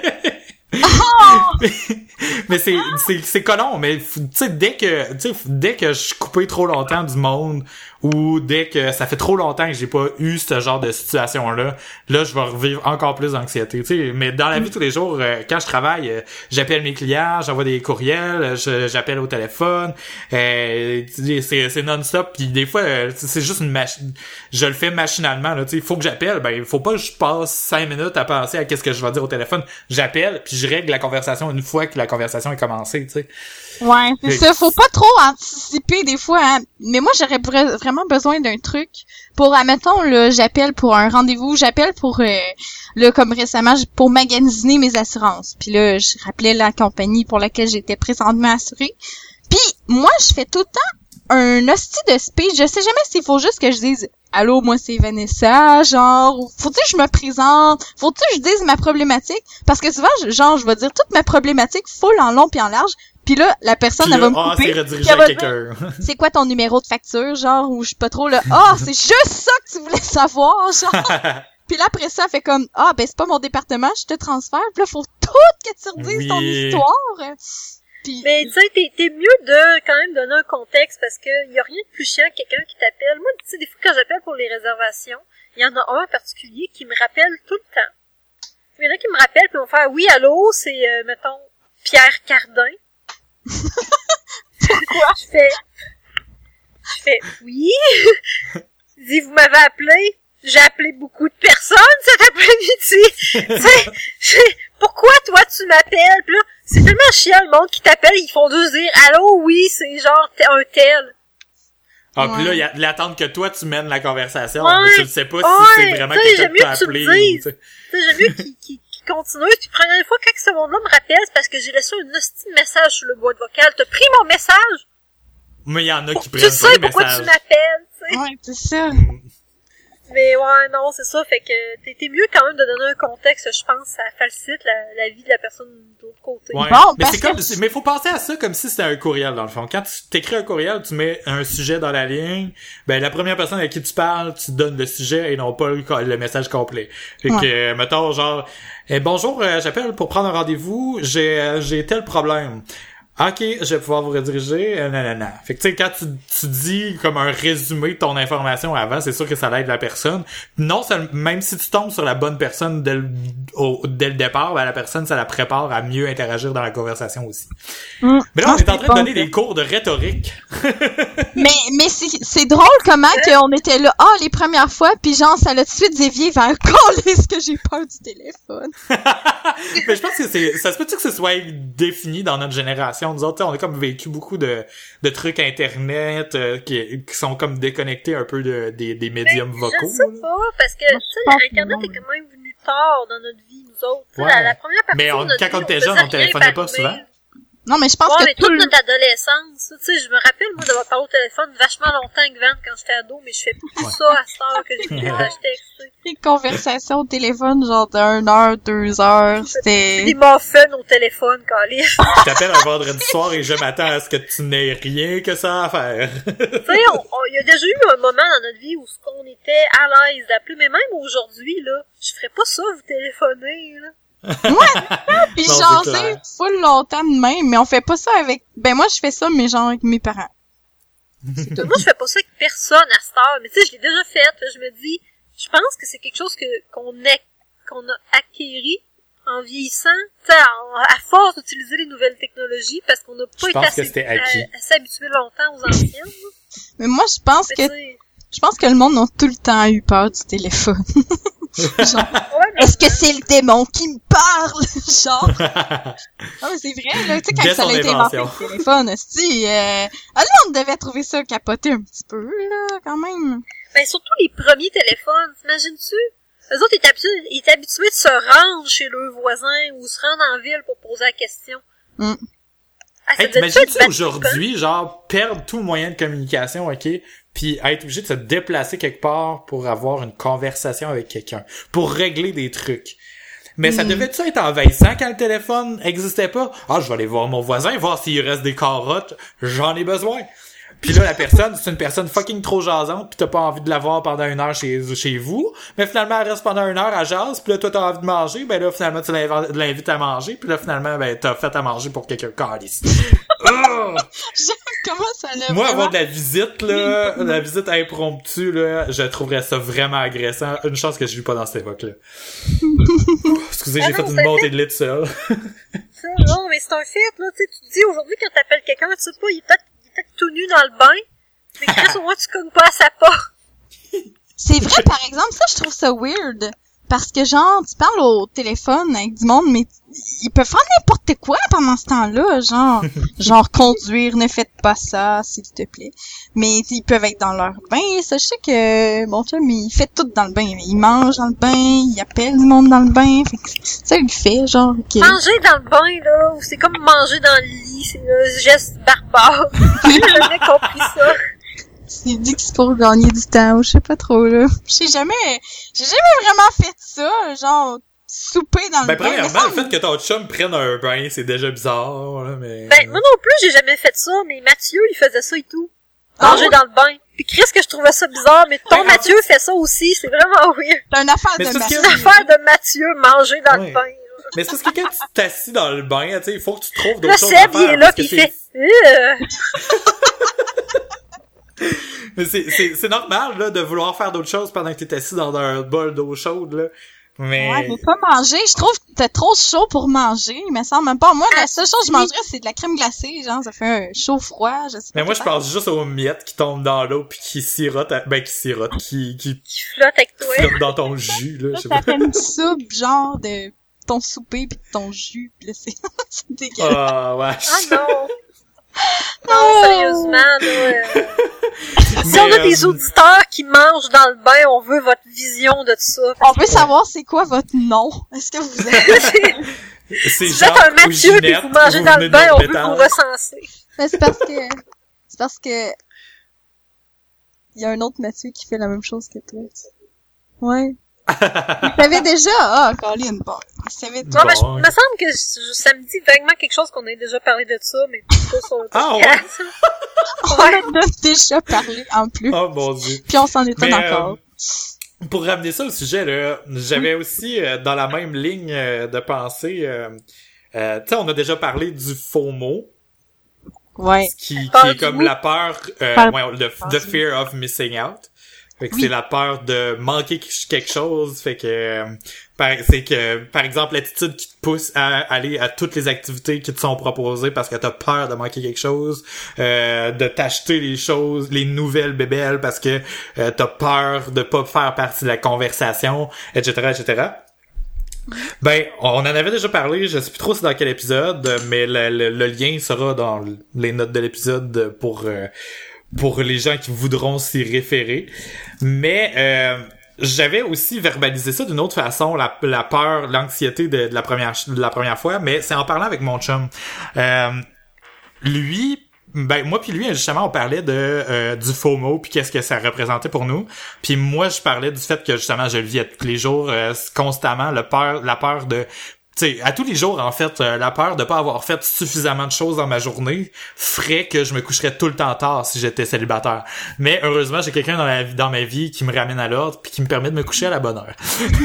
Mais c'est colon. Mais tu sais, dès que je suis coupé trop longtemps du monde ou dès que ça fait trop longtemps que j'ai pas eu ce genre de situation-là, là, je vais revivre encore plus d'anxiété. Tu sais, mais dans la vie de tous les jours, quand je travaille, j'appelle mes clients, j'envoie des courriels, j'appelle au téléphone, c'est non-stop. Puis des fois, c'est juste une machine. Je le fais machinalement. Là, tu sais, il faut que j'appelle. Ben, il faut pas que je passe 5 minutes à penser à qu'est-ce que je vais dire au téléphone. J'appelle, puis je règle la conversation une fois que la conversation est commencée. Tu sais. Ouais, c'est ça. Faut pas trop anticiper des fois. Hein. Mais moi, j'aurais vraiment besoin d'un truc pour, admettons, là, j'appelle pour un rendez-vous, j'appelle pour, là, comme récemment, pour magasiner mes assurances. Puis là, je rappelais la compagnie pour laquelle j'étais présentement assurée. Puis moi, je fais tout le temps un hostie de speech. Je sais jamais s'il faut juste que je dise « Allô, moi c'est Vanessa », genre, faut-tu que je me présente, faut-tu que je dise ma problématique, parce que souvent, genre, je vais dire toute ma problématique full en long puis en large, puis là, la personne, elle va me couper, c'est redirigé à quelqu'un. C'est quoi ton numéro de facture, genre, ou je sais pas trop, là, c'est juste ça que tu voulais savoir, genre. Puis là, après ça, elle fait comme, ben c'est pas mon département, je te transfère, puis là, faut tout que tu redises ton histoire. Puis... Mais tu sais, t'es mieux de quand même donner un contexte parce que y a rien de plus chiant que quelqu'un qui t'appelle. Moi, tu sais, des fois quand j'appelle pour les réservations, il y en a un en particulier qui me rappelle tout le temps. Il y en a qui me rappellent puis vont faire oui, allô, c'est mettons Pierre Cardin. Pourquoi? Je fais oui. Je dis vous m'avez appelé. J'ai appelé beaucoup de personnes cet après-midi. Pourquoi toi tu m'appelles? Puis là, c'est tellement chiant le monde qui t'appelle, ils font juste dire allô, oui, c'est genre un tel. Ah, puis là, il y a de l'attente que toi tu mènes la conversation, ouais, mais tu ne sais pas si c'est vraiment quelqu'un qui t'a appelé. J'aime mieux qu'il continue. Puis première fois que ce monde-là me rappelle, c'est parce que j'ai laissé un hostie de message sur le boîte vocale. T'as pris mon message? Mais il y en a qui prennent pas les messages. Tu sais pourquoi tu m'appelles, tu sais. Ouais, c'est ça. Mais ouais, non, c'est ça, fait que t'es mieux quand même de donner un contexte, je pense, ça facilite la vie de la personne de l'autre côté. Ouais, bon, mais faut penser à ça comme si c'était un courriel, dans le fond. Quand tu t'écris un courriel, tu mets un sujet dans la ligne, ben la première personne avec qui tu parles, tu donnes le sujet et non pas le message complet. Fait que, mettons, genre, bonjour, j'appelle pour prendre un rendez-vous, j'ai tel problème. OK, je vais pouvoir vous rediriger, nanana. Fait que tu sais, quand tu dis comme un résumé de ton information avant, c'est sûr que ça l'aide la personne. Non, même si tu tombes sur la bonne personne dès le départ, ben la personne, ça la prépare à mieux interagir dans la conversation aussi. Mais là, on est en train de donner des cours de rhétorique. mais c'est drôle comment qu'on était là, les premières fois, puis genre, ça l'a tout de suite dévié vers est-ce que j'ai peur du téléphone. Mais je pense que ça se peut-tu que ce soit défini dans notre génération? Nous autres, on a comme vécu beaucoup de trucs internet qui sont comme déconnectés un peu des médiums vocaux. Je sais pas, parce que tu sais, internet est quand même venu tard dans notre vie, nous autres. Ouais. La première partie Mais de notre quand on vie, était faisait jeune, on rien téléphonait par pas email. souvent. Non, mais je pense Ouais, mais que tout toute le... notre adolescence, tu sais, je me rappelle, moi, d'avoir parlé au téléphone vachement longtemps avec Van quand j'étais ado, mais je fais plus ça à cette heure que j'ai plus des textes, tu sais. les conversations au téléphone, genre de 1 heure, 2 heures, C'est des c'était... muffins au téléphone, Calais. Je t'appelle un vendredi soir et je m'attends à ce que tu n'aies rien que ça à faire. Tu sais, il y a déjà eu un moment dans notre vie où ce qu'on était à l'aise d'appeler, mais même aujourd'hui, là, je ferais pas ça, vous téléphoner, là. Puis Non, c'est jaser clair. full longtemps de même, mais on fait pas ça avec... Ben moi, je fais ça, mais genre avec mes parents. Moi, je fais pas ça avec personne à cette heure, mais tu sais, je l'ai déjà fait, je me dis, je pense que c'est quelque chose qu'on a acquéri en vieillissant, tu sais, à force d'utiliser les nouvelles technologies, parce qu'on n'a Je pas pense que été c'était acquis. assez habitué longtemps aux anciennes. Mais moi, je pense Mais que tu sais, je pense que le monde a tout le temps eu peur du téléphone. ouais, mais Est-ce que c'est le démon qui me parle? Genre. Non, mais c'est vrai, là. Tu sais, quand Dès ça son a été inventé, invention. le téléphone, le monde devait trouver ça capoté un petit peu, là, quand même. ben, surtout les premiers téléphones, t'imagines-tu? Eux autres, ils étaient habitués de se rendre chez leurs voisins ou se rendre en ville pour poser la question. Mm. Ah, ça Hey, devait t'imagines-tu être aujourd'hui, genre, perdre tout moyen de communication, ok, puis être obligé de se déplacer quelque part pour avoir une conversation avec quelqu'un, pour régler des trucs. Mais ça devait-tu être envahissant quand le téléphone existait pas? Ah, je vais aller voir mon voisin, voir s'il reste des carottes, j'en ai besoin. Puis là, la personne, c'est une personne fucking trop jasante, pis t'as pas envie de la voir pendant 1 heure chez vous, mais finalement, elle reste pendant 1 heure à jase, pis là, toi, t'as envie de manger, ben là, finalement, tu l'invites à manger, puis là, finalement, ben, t'as fait à manger pour quelqu'un. Calice. Oh! Comment ça l'a Moi, vraiment... avoir de la visite, là, la visite impromptue, là, je trouverais ça vraiment agressant. Une chance que je vis pas dans cette époque-là. Excusez, j'ai Ah fait non, une c'est montée de lit seul. Ça, non, mais c'est un fait, là, tu sais, tu te dis, aujourd'hui, quand t'appelles quelqu'un, tu sais pas, il est peut-être tout nu dans le bain, mais Chris, au moins, tu cognes pas à sa porte. C'est vrai, par exemple, ça, je trouve ça weird. Parce que, genre, tu parles au téléphone avec du monde, mais ils peuvent faire n'importe quoi pendant ce temps-là, genre conduire, ne faites pas ça, s'il te plaît. Mais ils peuvent être dans leur bain, ça, je sais que mon chum, il fait tout dans le bain. Il mange dans le bain, il appelle du monde dans le bain, fait que ça, il le fait, genre, ok. Manger dans le bain, là, ou c'est comme manger dans le lit, c'est un geste barbare. J'ai jamais compris ça. Il dit que c'est pour gagner du temps, ou je sais pas trop, là. J'ai jamais vraiment fait ça, genre, souper dans Ben, le bain. premièrement, le fait que ton chum prenne un bain, c'est déjà bizarre, là, mais... Ben, moi non plus, j'ai jamais fait ça, mais Mathieu, il faisait ça et tout. Ah Manger ouais? dans le bain. Puis Chris, que je trouvais ça bizarre, mais ton Ben, Mathieu fait ça aussi, c'est vraiment weird. C'est une affaire Mais de c'est parce ma... que- C'est une affaire de Mathieu, manger dans Ouais. le bain. Là. Mais c'est parce que quand tu t'assis dans le bain, tu sais, il faut que tu trouves d'autres Là, choses à Seb, il faire. est là, parce que pis il fait... Mais c'est normal, là, de vouloir faire d'autres choses pendant que t'es assis dans un bol d'eau chaude, là. Mais... Ouais, mais pas manger. Je trouve que t'es trop chaud pour manger. Il me semble même pas. Moi, la seule chose que je mangerais, c'est de la crème glacée. Genre, ça fait un chaud-froid, je sais pas. Mais moi, je pense juste aux miettes qui tombent dans l'eau pis qui sirotent, qui Qui flotte avec toi. flottent dans ton jus, là, je sais Ça pas. fait une soupe, genre, de ton souper pis de ton jus. Pis là, c'est dégueulasse. Ah, ouais. Ah non! Non, sérieusement, là. Si on a des auditeurs qui mangent dans le bain, on veut votre vision de ça. On veut savoir c'est quoi votre nom. Est-ce que vous êtes... C'est Si vous êtes un Jacques ou Mathieu et Ginette, vous mangez vous dans venez le de bain, on notre veut vous étage. recenser. Mais c'est parce que il y a un autre Mathieu qui fait la même chose que toi. Ouais. Tu savais déjà? Ah, Colin, bon. Tu savais tout. Non, mais Bon, il me semble que ça me dit vaguement quelque chose qu'on ait déjà parlé de ça, mais pas sur le Ah, ouais? podcast. On en a déjà parlé, en plus. Oh, mon Dieu. Puis on s'en étonne Mais, encore. Pour ramener ça au sujet, là, j'avais aussi, dans la même ligne de pensée, tu sais, on a déjà parlé du FOMO, Ouais. qui est Parle-nous. comme la peur, Parle- the fear of missing out. Fait que Oui. c'est la peur de manquer quelque chose. Fait que, par exemple, l'attitude qui te pousse à aller à toutes les activités qui te sont proposées parce que t'as peur de manquer quelque chose, de t'acheter les choses, les nouvelles bébelles parce que t'as peur de pas faire partie de la conversation, etc., etc. Ben, on en avait déjà parlé, je sais plus trop c'est dans quel épisode, mais le lien sera dans les notes de l'épisode pour les gens qui voudront s'y référer. Mais j'avais aussi verbalisé ça d'une autre façon, la peur, l'anxiété de la première fois, mais c'est en parlant avec mon chum. Lui, moi puis lui, justement, on parlait du FOMO puis qu'est-ce que ça représentait pour nous. Puis moi, je parlais du fait que justement, je le vis tous les jours, constamment, la peur de... Tu sais, à tous les jours, en fait, la peur de pas avoir fait suffisamment de choses dans ma journée ferait que je me coucherais tout le temps tard si j'étais célibataire. Mais heureusement, j'ai quelqu'un dans ma vie qui me ramène à l'ordre puis qui me permet de me coucher à la bonne heure.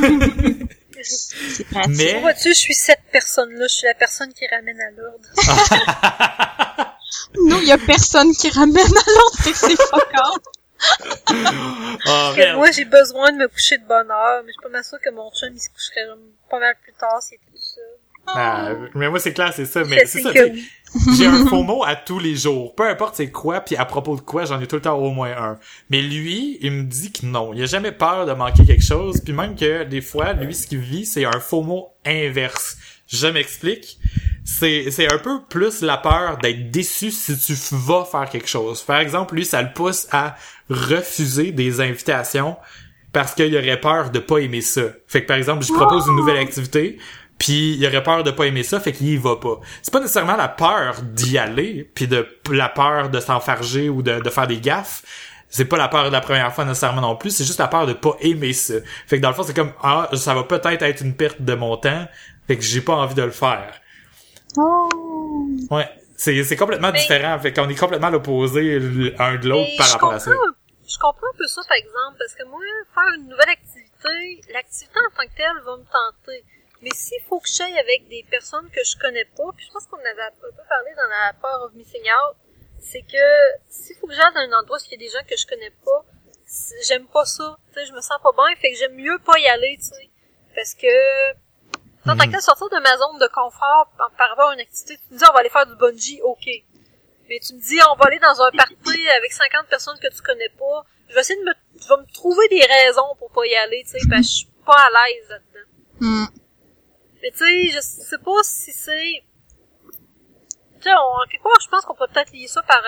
C'est pratique. Mais... Vois-tu, je suis cette personne-là. Je suis la personne qui ramène à l'ordre. Nous, il y a personne qui ramène à l'autre, fait que c'est fuck off. Oh, Que moi, j'ai besoin de me coucher de bonne heure, mais je suis pas mal sûre que mon chum, il se coucherait pas mal plus tard s'il était tout seul. Mais moi, c'est clair, c'est ça. Mais c'est ça, oui. j'ai un FOMO à tous les jours. Peu importe c'est quoi, puis à propos de quoi, j'en ai tout le temps au moins un. Mais lui, il me dit que non. Il a jamais peur de manquer quelque chose, puis même que des fois, lui, ce qu'il vit, c'est un FOMO inverse. Je m'explique. C'est un peu plus la peur d'être déçu si tu vas faire quelque chose. Par exemple, lui, ça le pousse à refuser des invitations parce qu'il aurait peur de pas aimer ça. Fait que, par exemple, je propose une nouvelle activité, puis il aurait peur de pas aimer ça, fait qu'il y va pas. C'est pas nécessairement la peur d'y aller, puis la peur de s'enfarger ou de faire des gaffes. C'est pas la peur de la première fois nécessairement non plus, c'est juste la peur de pas aimer ça. Fait que dans le fond, c'est comme, ça va peut-être être une perte de mon temps, fait que j'ai pas envie de le faire. Oh. Ouais, c'est complètement différent, fait qu'on est complètement à l'opposé l'un de l'autre par rapport à ça. Je comprends un peu ça, par exemple, parce que moi, faire une nouvelle activité, l'activité en tant que telle va me tenter. Mais s'il faut que j'aille avec des personnes que je connais pas, puis je pense qu'on avait un peu parlé dans la peur of missing out, c'est que s'il faut que j'aille dans un endroit où il y a des gens que je connais pas, j'aime pas ça, tu sais, je me sens pas bien, fait que j'aime mieux pas y aller, tu sais, parce que en tant que sortir de ma zone de confort par rapport à une activité, tu me dis on va aller faire du bungee, ok. Mais tu me dis on va aller dans un party avec 50 personnes que tu connais pas, je vais essayer je vais me trouver des raisons pour pas y aller, tu sais, parce que je suis pas à l'aise là-dedans. Mais tu sais, je sais pas si c'est... Tu sais, en quelque part, je pense qu'on peut peut-être lier ça par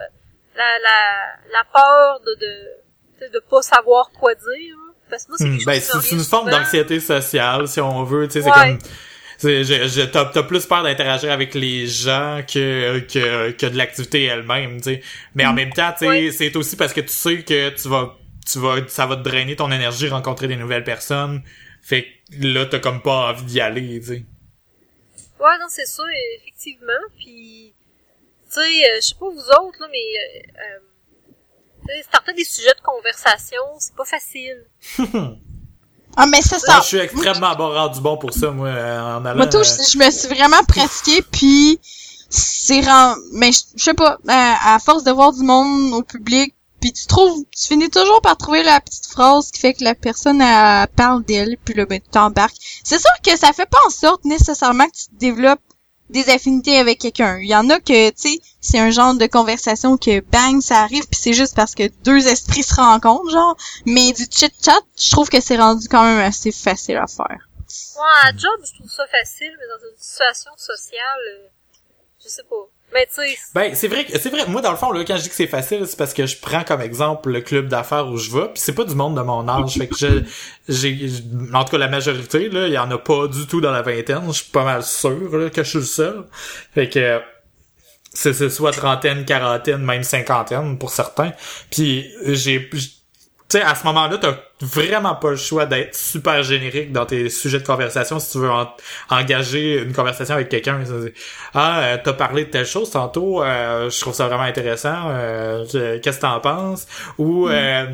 la peur de pas savoir quoi dire. Parce que moi, c'est quelque chose c'est une forme d'anxiété sociale, si on veut, tu sais, c'est comme... T'as plus peur d'interagir avec les gens que de l'activité elle-même, tu sais. Mais en même temps, tu sais, c'est aussi parce que tu sais que ça va te drainer ton énergie, rencontrer des nouvelles personnes. Fait que là, t'as comme pas envie d'y aller, tu sais. Ouais, non, c'est ça, effectivement. Puis, tu sais, je sais pas vous autres, là, mais starter des sujets de conversation, c'est pas facile. Ah, mais ça, Moi, je suis extrêmement bon pour ça, moi, en allant... Moi, tout, je me suis vraiment pratiquée, puis mais je sais pas, à force de voir du monde au public, puis tu finis toujours par trouver la petite phrase qui fait que la personne elle parle d'elle, puis là ben tu t'embarques. C'est sûr que ça fait pas en sorte nécessairement que tu développes des affinités avec quelqu'un. Il y en a que tu sais, c'est un genre de conversation que bang ça arrive, puis c'est juste parce que deux esprits se rencontrent genre. Mais du chit chat, je trouve que c'est rendu quand même assez facile à faire. Ouais, à job je trouve ça facile, mais dans une situation sociale, je sais pas. Mais tu sais... Ben, c'est vrai. Moi, dans le fond, là, quand je dis que c'est facile, c'est parce que je prends comme exemple le club d'affaires où je vais, pis c'est pas du monde de mon âge. Fait que en tout cas, la majorité, là, il y en a pas du tout dans la vingtaine. Je suis pas mal sûr, là, que je suis le seul. Fait que, c'est soit trentaine, quarantaine, même cinquantaine pour certains. Puis tu sais, à ce moment-là, t'as vraiment pas le choix d'être super générique dans tes sujets de conversation si tu veux engager une conversation avec quelqu'un. T'as parlé de telle chose tantôt, je trouve ça vraiment intéressant. Qu'est-ce que t'en penses? Ou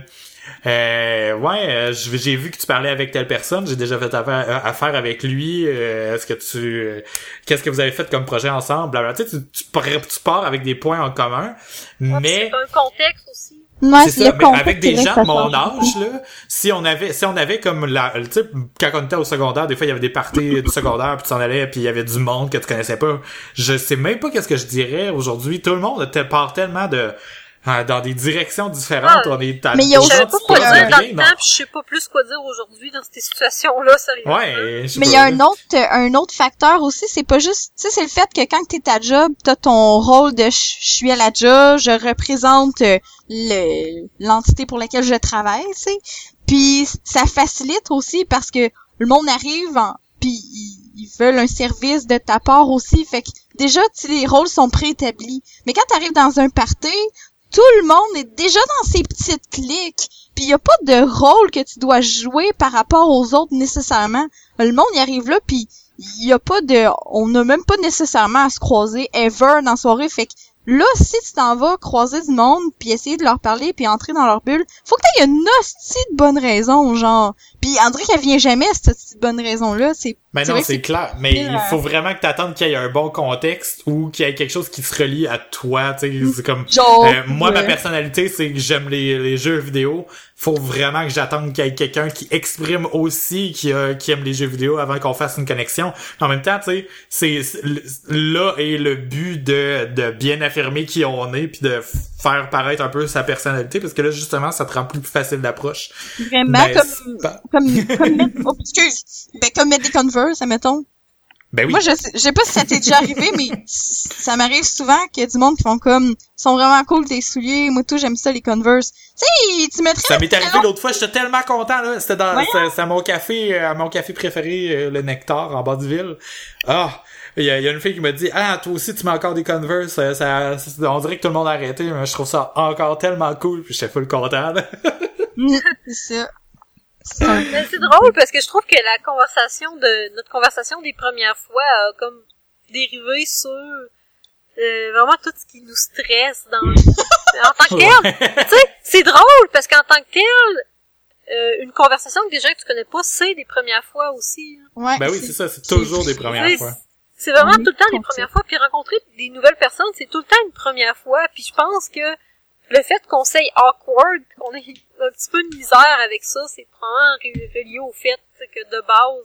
j'ai vu que tu parlais avec telle personne, j'ai déjà fait affaire avec lui. Qu'est-ce que vous avez fait comme projet ensemble? Tu sais, tu pars avec des points en commun, mais c'est un contexte aussi. Ouais, c'est ça, mais avec des gens de mon âge, là, si on avait comme tu sais, quand on était au secondaire, des fois, il y avait des parties du secondaire, puis tu t'en allais, puis il y avait du monde que tu connaissais pas. Je sais même pas qu'est-ce que je dirais aujourd'hui. Tout le monde part tellement dans des directions différentes. On est mais il y a je sais pas quoi dire dans le temps, puis je sais pas plus quoi dire aujourd'hui dans ces situations-là, sérieusement. Ouais, mais il y a un autre facteur aussi, c'est pas juste, tu sais, c'est le fait que quand t'es à job, t'as ton rôle de je suis à la job, je représente l'entité pour laquelle je travaille, tu sais. Puis ça facilite aussi parce que le monde arrive puis ils veulent un service de ta part aussi. Fait que déjà, les rôles sont préétablis. Mais quand t'arrives dans un party, tout le monde est déjà dans ses petites cliques. Puis y a pas de rôle que tu dois jouer par rapport aux autres nécessairement. Le monde y arrive là, puis y a pas de... On n'a même pas nécessairement à se croiser ever dans la soirée. Fait que là, si tu t'en vas croiser du monde, puis essayer de leur parler, puis entrer dans leur bulle, faut que t'aies une hostie de bonne raison, genre. Puis on dirait qu'elle vient jamais, cette hostie de bonne raison-là. Ben non, c'est clair. Mais il faut vraiment que t'attendes qu'il y ait un bon contexte ou qu'il y ait quelque chose qui se relie à toi, tu sais. C'est comme... Genre, moi, ma personnalité, c'est que j'aime les jeux vidéo. Faut vraiment que j'attende qu'il y ait quelqu'un qui exprime aussi qui aime les jeux vidéo avant qu'on fasse une connexion. Mais en même temps, tu sais, c'est là est le but de bien affirmer qui on est puis de faire paraître un peu sa personnalité parce que là, justement, ça te rend plus facile d'approche. Vraiment, comme mettre des Converse, admettons. Ben oui. Moi, je sais pas si ça t'est déjà arrivé, mais ça m'arrive souvent qu'il y a du monde qui font comme, sont vraiment cool tes souliers, moi tout, j'aime ça les Converse. Tu sais, tu mettrais... Ça m'est arrivé l'autre fois, j'étais tellement content, là. C'était c'est à mon café préféré, le Nectar, en bas de ville. Ah! Il y a une fille qui m'a dit, ah, toi aussi, tu mets encore des Converse, on dirait que tout le monde a arrêté, mais je trouve ça encore tellement cool, puis j'étais full content, là. C'est ça. Mais c'est drôle parce que je trouve que notre conversation des premières fois a comme dérivé sur vraiment tout ce qui nous stresse en tant que tel. Tu sais, c'est drôle parce qu'en tant que tel, une conversation avec des gens que tu connais pas, c'est des premières fois aussi. Hein. Ouais. Ben oui, c'est ça, c'est toujours des premières fois. C'est vraiment tout le temps des premières fois, puis rencontrer des nouvelles personnes, c'est tout le temps une première fois, puis je pense que le fait qu'on s'aille awkward, qu'on ait un petit peu de misère avec ça, c'est probablement relié au fait que de base,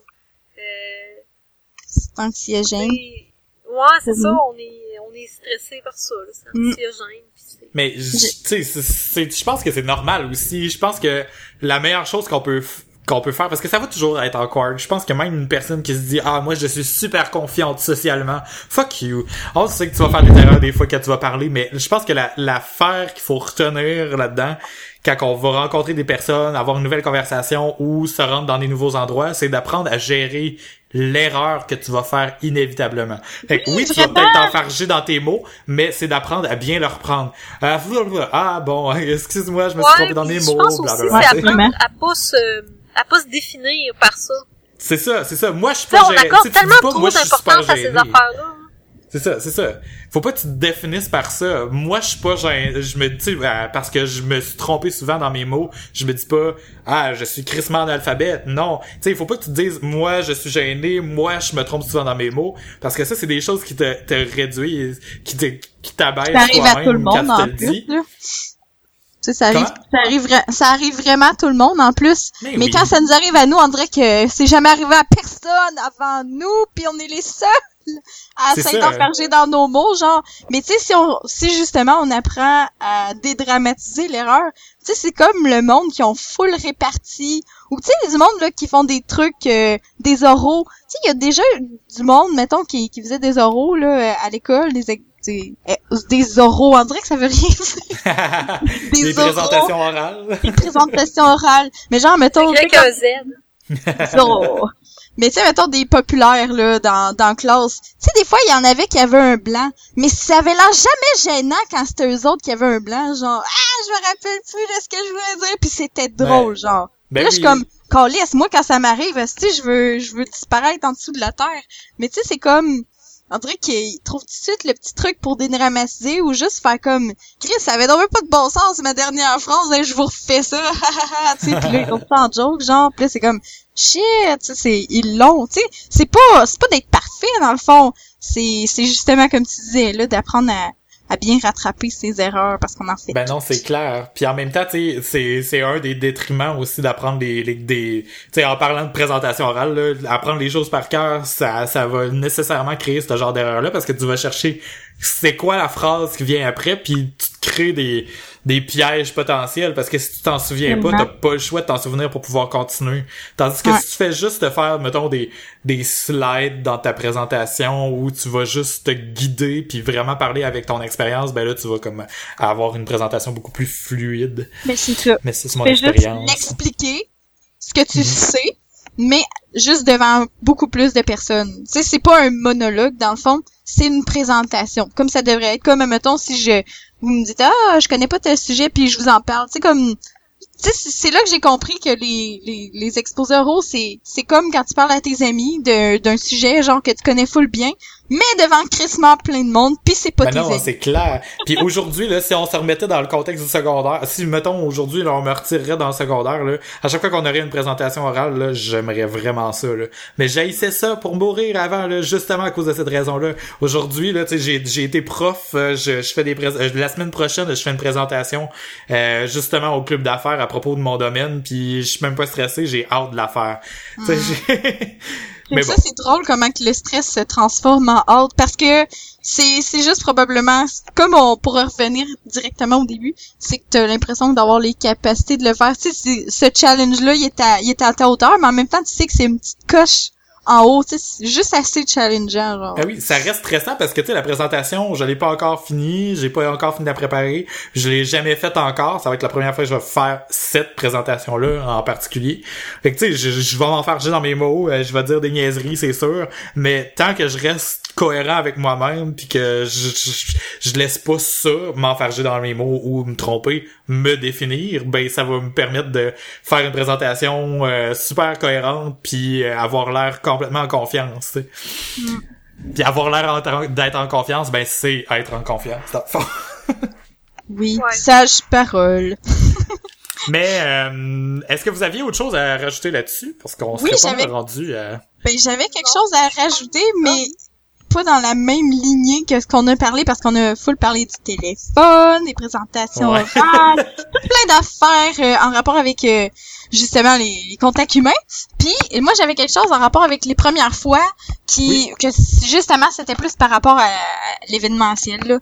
c'est anxiogène. Ouais, c'est ça, on est stressé par ça, là, c'est anxiogène. Mais, tu sais, je pense que c'est normal aussi. Je pense que la meilleure chose qu'on peut faire, parce que ça va toujours être awkward. Je pense que même une personne qui se dit, ah, moi, je suis super confiante socialement. Fuck you. On sait que tu vas faire des erreurs des fois quand tu vas parler, mais je pense que l'affaire qu'il faut retenir là-dedans, quand on va rencontrer des personnes, avoir une nouvelle conversation ou se rendre dans des nouveaux endroits, c'est d'apprendre à gérer l'erreur que tu vas faire inévitablement. Fait que oui, tu vas peut-être t'enfarger dans tes mots, mais c'est d'apprendre à bien le reprendre. Ah, bon, excuse-moi, je me suis trompé dans mes mots. Je pense aussi, c'est apprendre à pas se définir par ça. C'est ça. Moi, je suis pas gêné. On accorde tellement trop d'importance à ces affaires-là. C'est ça. Faut pas que tu te définisses par ça. Moi, je suis pas gêné. Je me dis, parce que je me suis trompé souvent dans mes mots, je me dis pas, ah, je suis crissement analphabète. Non. Tu sais, il faut pas que tu te dises, moi, je suis gêné, moi, je me trompe souvent dans mes mots. Parce que ça, c'est des choses qui te réduisent, qui t'abaissent toi-même. Ça arrive à tout le monde, en plus, là. Tu sais, ça arrive vraiment à tout le monde, en plus. Mais oui. Quand ça nous arrive à nous, on dirait que c'est jamais arrivé à personne avant nous, puis on est les seuls à s'être enfergés dans nos mots, genre. Mais tu sais, si justement on apprend à dédramatiser l'erreur, tu sais, c'est comme le monde qui ont full réparti, ou tu sais, du monde là qui font des trucs, des oraux. Tu sais, il y a déjà du monde, mettons, qui faisait des oraux là à l'école, des oraux, on dirait que ça veut rien dire. Des présentations orales. Des présentations orales. Mais genre, mettons... Avec un Z. Oraux. Mais tu sais, mettons des populaires, là, dans classe. Tu sais, des fois, il y en avait qui avaient un blanc. Mais ça avait l'air jamais gênant quand c'était eux autres qui avaient un blanc. Genre, je me rappelle plus de ce que je voulais dire. Puis c'était drôle, genre. Là, je suis comme, calisse, moi, quand ça m'arrive, tu sais, je veux disparaître en dessous de la terre. Mais tu sais, c'est comme... On dirait qu'il trouve tout de suite le petit truc pour dédramatiser ou juste faire comme Chris, ça avait donc même pas de bon sens ma dernière phrase, hein, je vous refais ça. Tu sais, puis là ils font ça en joke, genre, puis là c'est comme shit, tu sais, ils l'ont, tu sais, c'est pas d'être parfait dans le fond, c'est justement comme tu disais là, d'apprendre à bien rattraper ses erreurs parce qu'on en fait. Ben non, c'est clair. Puis en même temps, tu sais, c'est un des détriments aussi d'apprendre tu sais, en parlant de présentation orale, là, apprendre les choses par cœur, ça va nécessairement créer ce genre d'erreur-là parce que tu vas chercher c'est quoi la phrase qui vient après, puis tu te crées des pièges potentiels parce que si tu t'en souviens pas, t'as pas le choix de t'en souvenir pour pouvoir continuer. Tandis que si tu fais juste te faire, mettons, des slides dans ta présentation où tu vas juste te guider puis vraiment parler avec ton expérience, ben là, tu vas comme avoir une présentation beaucoup plus fluide. Mais c'est ça. Mais c'est mon expérience. Juste l'expliquer, ce que tu sais, mais juste devant beaucoup plus de personnes. Tu sais, c'est pas un monologue, dans le fond, c'est une présentation. Comme ça devrait être. Comme, mettons, si vous me dites, je connais pas tel sujet, puis je vous en parle. Tu sais, comme... Tu sais, c'est là que j'ai compris que les exposés oraux, c'est comme quand tu parles à tes amis d'un sujet, genre, que tu connais full bien, mais devant crissement plein de monde, pis c'est pas tes amis. Non, c'est clair. Puis aujourd'hui, là, si on se remettait dans le contexte du secondaire, si, mettons, aujourd'hui, là, on me retirerait dans le secondaire, là, à chaque fois qu'on aurait une présentation orale, là, j'aimerais vraiment ça, là. Mais j'haïssais ça pour mourir avant, là, justement à cause de cette raison-là. Aujourd'hui, là, tu sais, j'ai été prof, je fais la semaine prochaine, je fais une présentation, justement au club d'affaires à propos de mon domaine, puis je suis même pas stressé, j'ai hâte de la faire. Tu sais, mais ça, bon. c'est drôle comment que le stress se transforme en hâte, parce que c'est juste probablement, comme on pourrait revenir directement au début, c'est que t'as l'impression d'avoir les capacités de le faire. Tu sais, ce challenge-là, il est à ta hauteur, mais en même temps, tu sais que c'est une petite coche en haut, tu sais, c'est juste assez challengeant, genre. Ah oui, ça reste stressant parce que, tu sais, la présentation, je l'ai pas encore finie, j'ai pas encore fini de la préparer, je l'ai jamais faite encore, ça va être la première fois que je vais faire cette présentation-là en particulier. Fait que, tu sais, je vais m'enfarger dans mes mots, je vais dire des niaiseries, c'est sûr, mais tant que je reste cohérent avec moi-même puis que je laisse pas ça m'enfarger dans mes mots ou me tromper, me définir, ben ça va me permettre de faire une présentation super cohérente puis avoir l'air complètement en confiance, tu sais. Puis avoir l'air d'être en confiance, ben c'est être en confiance, dans le fond. Oui, sage parole. Mais est-ce que vous aviez autre chose à rajouter là-dessus? Parce qu'on serait pas rendu à... Ben j'avais quelque chose à rajouter, mais pas dans la même lignée que ce qu'on a parlé, parce qu'on a full parlé du téléphone, des présentations orales, plein d'affaires en rapport avec justement les contacts humains. Puis moi j'avais quelque chose en rapport avec les premières fois que justement c'était plus par rapport à l'événementiel là.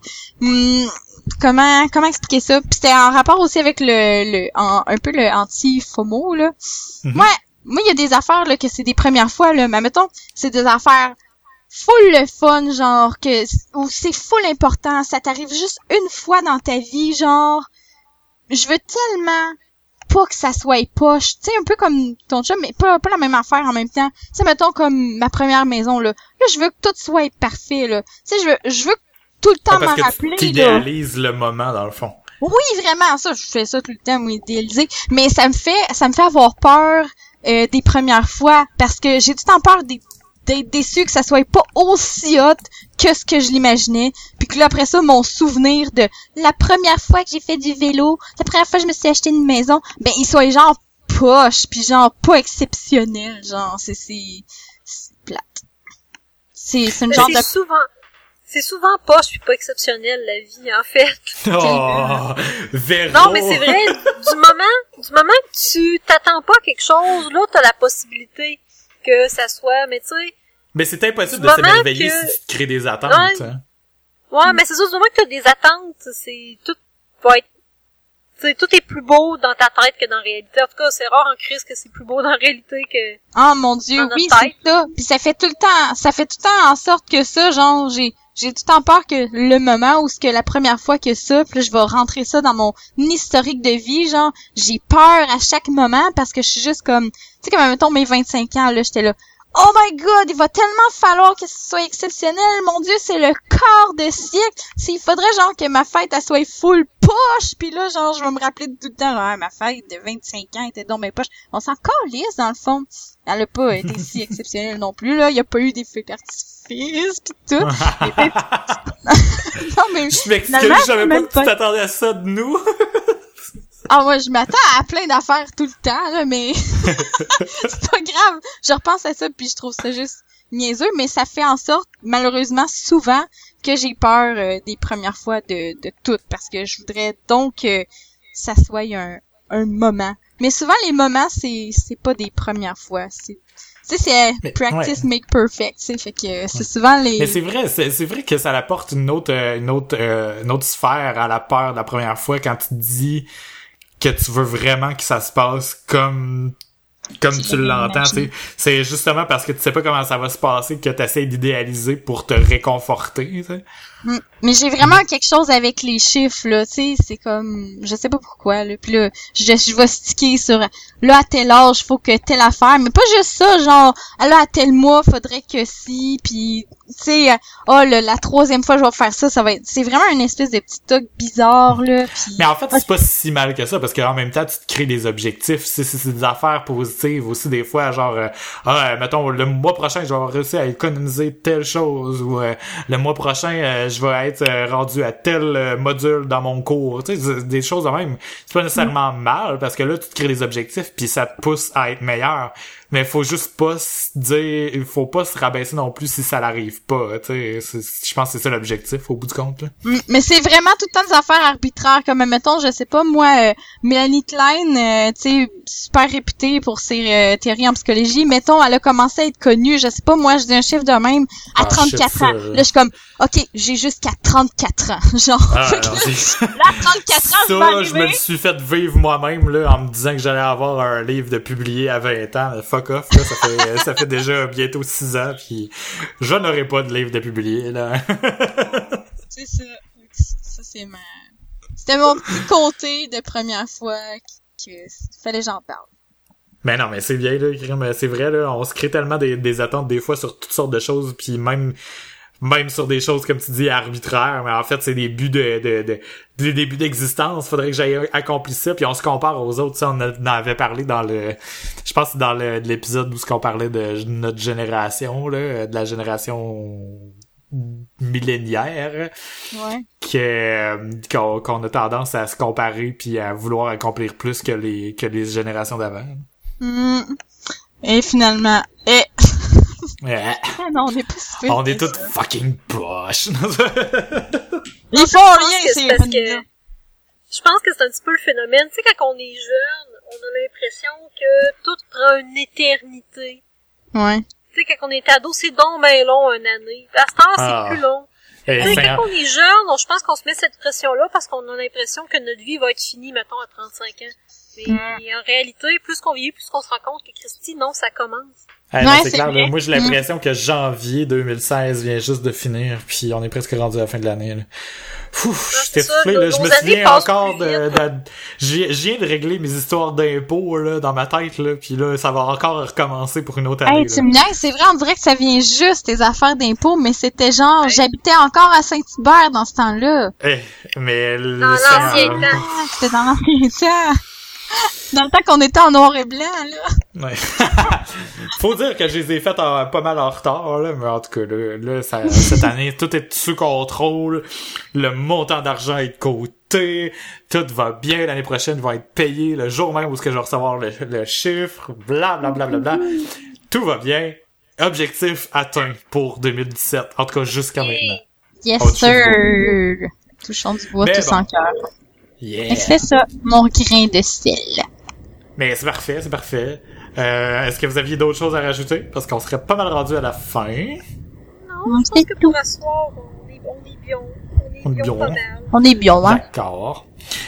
Comment expliquer ça? Puis c'était en rapport aussi avec un peu le anti-FOMO là. Moi il y a des affaires là que c'est des premières fois là, mais mettons c'est des affaires full le fun, genre, où c'est full important, ça t'arrive juste une fois dans ta vie, genre, je veux tellement pas que ça soit poche, tu sais, un peu comme ton chum, mais pas la même affaire en même temps, tu sais, mettons comme ma première maison, là, je veux que tout soit parfait, là, tu sais, je veux tout le temps m'en rappeler, parce que tu idéalises le moment, dans le fond. Oui, vraiment, ça, je fais ça tout le temps, moi, idéaliser, mais ça me fait avoir peur des premières fois, parce que j'ai tout le temps peur d'être déçue que ça soit pas aussi hot que ce que je l'imaginais, puis que là après ça mon souvenir de la première fois que j'ai fait du vélo, la première fois que je me suis acheté une maison, ben il soit genre poche puis genre pas exceptionnel, genre c'est plate. C'est une genre c'est souvent poche puis pas exceptionnel la vie en fait. Oh, Véro. Non mais c'est vrai, du moment que tu t'attends pas à quelque chose, là t'as la possibilité que ça soit, mais tu sais... Mais c'est impossible de s'émerveiller si tu te crées des attentes. Ouais, hein. Ouais, mais c'est sûr, du moment que t'as des attentes, tout va être... Tu sais, tout est plus beau dans ta tête que dans la réalité. En tout cas, c'est rare en crise que c'est plus beau dans la réalité que... Oh mon Dieu, oui, c'est ça. Puis ça fait tout le temps en sorte que ça, genre, j'ai tout le temps peur que le moment où ce que la première fois que ça, puis là, je vais rentrer ça dans mon historique de vie, genre, j'ai peur à chaque moment parce que je suis juste comme, tu sais, comme, mettons, mes 25 ans, là, j'étais là, oh my god, il va tellement falloir que ce soit exceptionnel, mon Dieu, c'est le quart de siècle, il faudrait, genre, que ma fête, elle soit full poche, puis là, genre, je vais me rappeler tout le temps, ma fête de 25 ans était donc mes poches, on s'en calisse, dans le fond, elle a pas été si exceptionnelle non plus, là, il y a pas eu des feux d'artifice, pis tout. Non, mais... Je m'excuse, je savais pas que tu t'attendais à ça de nous. Ah ouais, je m'attends à plein d'affaires tout le temps, là, mais c'est pas grave. Je repense à ça puis je trouve ça juste niaiseux, mais ça fait en sorte, malheureusement, souvent, que j'ai peur des premières fois de tout, parce que je voudrais donc que ça soit un moment. Mais souvent, les moments, c'est pas des premières fois, c'est practice make perfect, tu sais, fait que c'est souvent les... Mais c'est vrai que ça apporte une autre sphère à la peur de la première fois quand tu dis que tu veux vraiment que ça se passe comme Comme tu l'entends, tu sais, c'est justement parce que tu sais pas comment ça va se passer que t'essaies d'idéaliser pour te réconforter, tu sais. Mais j'ai vraiment quelque chose avec les chiffres, là, tu sais, c'est comme, je sais pas pourquoi, là, pis là, je vais sticker sur, là, à tel âge, faut que telle affaire, mais pas juste ça, genre, là, à tel mois, faudrait que si, pis, tu sais, la troisième fois, je vais faire ça, ça va être, c'est vraiment une espèce de petit truc bizarre, là, pis... Mais en fait, c'est pas si mal que ça, parce qu'en même temps, tu te crées des objectifs, c'est des affaires positives aussi, des fois, genre, mettons, le mois prochain, je vais réussir à économiser telle chose, ou le mois prochain, je vais être rendu à tel module dans mon cours, tu sais, des choses de même. C'est pas nécessairement mal, parce que là, tu te crées des objectifs, puis ça te pousse à être meilleur. Mais faut juste pas se dire, il faut pas se rabaisser non plus si ça l'arrive pas, tu sais. Je pense que c'est ça l'objectif, au bout du compte, là. Mais c'est vraiment tout le temps des affaires arbitraires, comme, mettons, je sais pas, moi, Mélanie Klein, tu sais, super réputée pour ses théories en psychologie, mettons, elle a commencé à être connue, je sais pas, moi, je dis un chiffre de même, à 34 ans. Là, je suis comme, OK, j'ai jusqu'à 34 ans, genre. Là, 34 ans, je me le suis fait vivre moi-même, là, en me disant que j'allais avoir un livre de publié à 20 ans. Fuck off, là, ça fait déjà bientôt 6 ans, puis je n'aurai pas de livre de publié, là. C'est ça. Ça, c'était mon petit côté de première fois que fallait que j'en parle. Mais non, mais c'est bien, là, c'est vrai, là, on se crée tellement des attentes des fois sur toutes sortes de choses, puis même sur des choses, comme tu dis, arbitraires, mais en fait, c'est des buts des buts d'existence. Faudrait que j'aille accompli ça, puis on se compare aux autres. Ça, on en avait parlé je pense que dans l'épisode où on parlait de notre génération, là, de la génération millénaire. Ouais. Qu'on a tendance à se comparer puis à vouloir accomplir plus que les générations d'avant. Et finalement, Ouais. Ah non, on est pas si On est toutes fucking poches. Ils font rien, c'est parce que je pense que c'est un petit peu le phénomène. Tu sais, quand on est jeune, on a l'impression que tout prend une éternité. Ouais. Tu sais, quand on est ado, c'est donc ben long, une année. À ce temps, c'est plus long. Tu sais, quand on est jeune, je pense qu'on se met cette pression-là parce qu'on a l'impression que notre vie va être finie, mettons, à 35 ans. Mais en réalité, plus qu'on vieillit, plus qu'on se rend compte que Christy, non, ça commence. Non, c'est clair. Là, moi, j'ai l'impression que janvier 2016 vient juste de finir, puis on est presque rendu à la fin de l'année. Là. J'étais soufflé, là. Je me souviens encore je viens de régler mes histoires d'impôts, là, dans ma tête, là, puis là, ça va encore recommencer pour une autre année. Hey, tu me niaises, c'est vrai, on dirait que ça vient juste tes affaires d'impôts, mais c'était genre, j'habitais encore à Saint-Hubert dans ce temps-là. Mais dans l'ancien temps. C'était dans l'ancien temps. Dans le temps qu'on était en noir et blanc, là. Ouais. Faut dire que je les ai faites pas mal en retard, là, mais en tout cas, là cette année, tout est sous contrôle, le montant d'argent est de côté, tout va bien, l'année prochaine va être payé le jour même où je vais recevoir le chiffre, blablabla. Tout va bien. Objectif atteint pour 2017, en tout cas jusqu'à maintenant. Yes, sir! Touchons du bois, tous en cœur. Yeah. C'est ça, mon grain de sel. Mais c'est parfait. Est-ce que vous aviez d'autres choses à rajouter? Parce qu'on serait pas mal rendu à la fin. Non, je pense que pour ce soir, on est bien. On est bien pas mal. On est bien, hein? D'accord.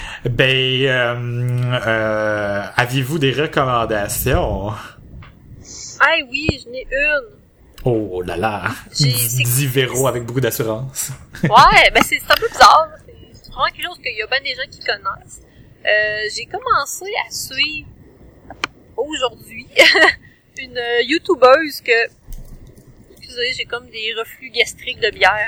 Aviez-vous des recommandations? Ah oui, j'en ai une. Oh là là! Dis Véro avec beaucoup d'assurance. Ouais, ben c'est un peu bizarre. C'est vraiment quelque chose qu'il y a bien des gens qui connaissent. J'ai commencé à suivre aujourd'hui une YouTubeuse que... Excusez, j'ai comme des reflux gastriques de bière.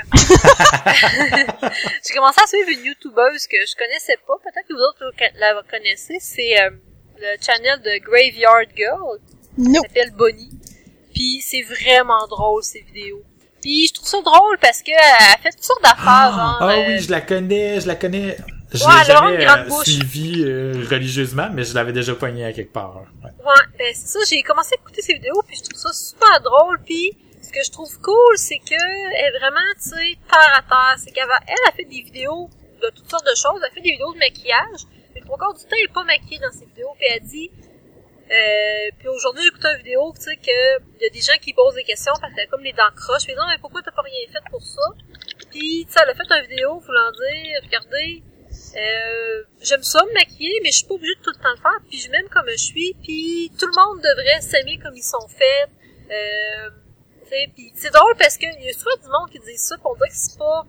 J'ai commencé à suivre une YouTubeuse que je connaissais pas. Peut-être que vous autres la connaissez. C'est le channel de Graveyard Girl. Non. Elle s'appelle Bonnie. Puis c'est vraiment drôle, ces vidéos. Puis je trouve ça drôle parce que elle fait toutes sortes d'affaires, genre... Ah oui, je la connais. Je ouais, l'ai jamais suivie religieusement, mais je l'avais déjà pognée à quelque part. Ouais, ben c'est ça, j'ai commencé à écouter ces vidéos, puis je trouve ça super drôle, puis ce que je trouve cool, c'est que elle est vraiment, tu sais, terre à terre. C'est qu'elle a fait des vidéos de toutes sortes de choses, elle fait des vidéos de maquillage, mais le encore du temps, elle est pas maquillée dans ses vidéos, puis elle dit... puis aujourd'hui, j'ai écouté une vidéo, tu sais, que il y a des gens qui posent des questions parce qu'elle a comme les dents croches. Puis non, mais pourquoi t'as pas rien fait pour ça? Puis, tu sais, elle a fait une vidéo voulant dire, regardez, J'aime ça me maquiller, mais je suis pas obligée de tout le temps le faire, puis je m'aime comme je suis, puis tout le monde devrait s'aimer comme ils sont faits. Puis c'est drôle parce que il y a souvent du monde qui dit ça, pour dire que c'est pas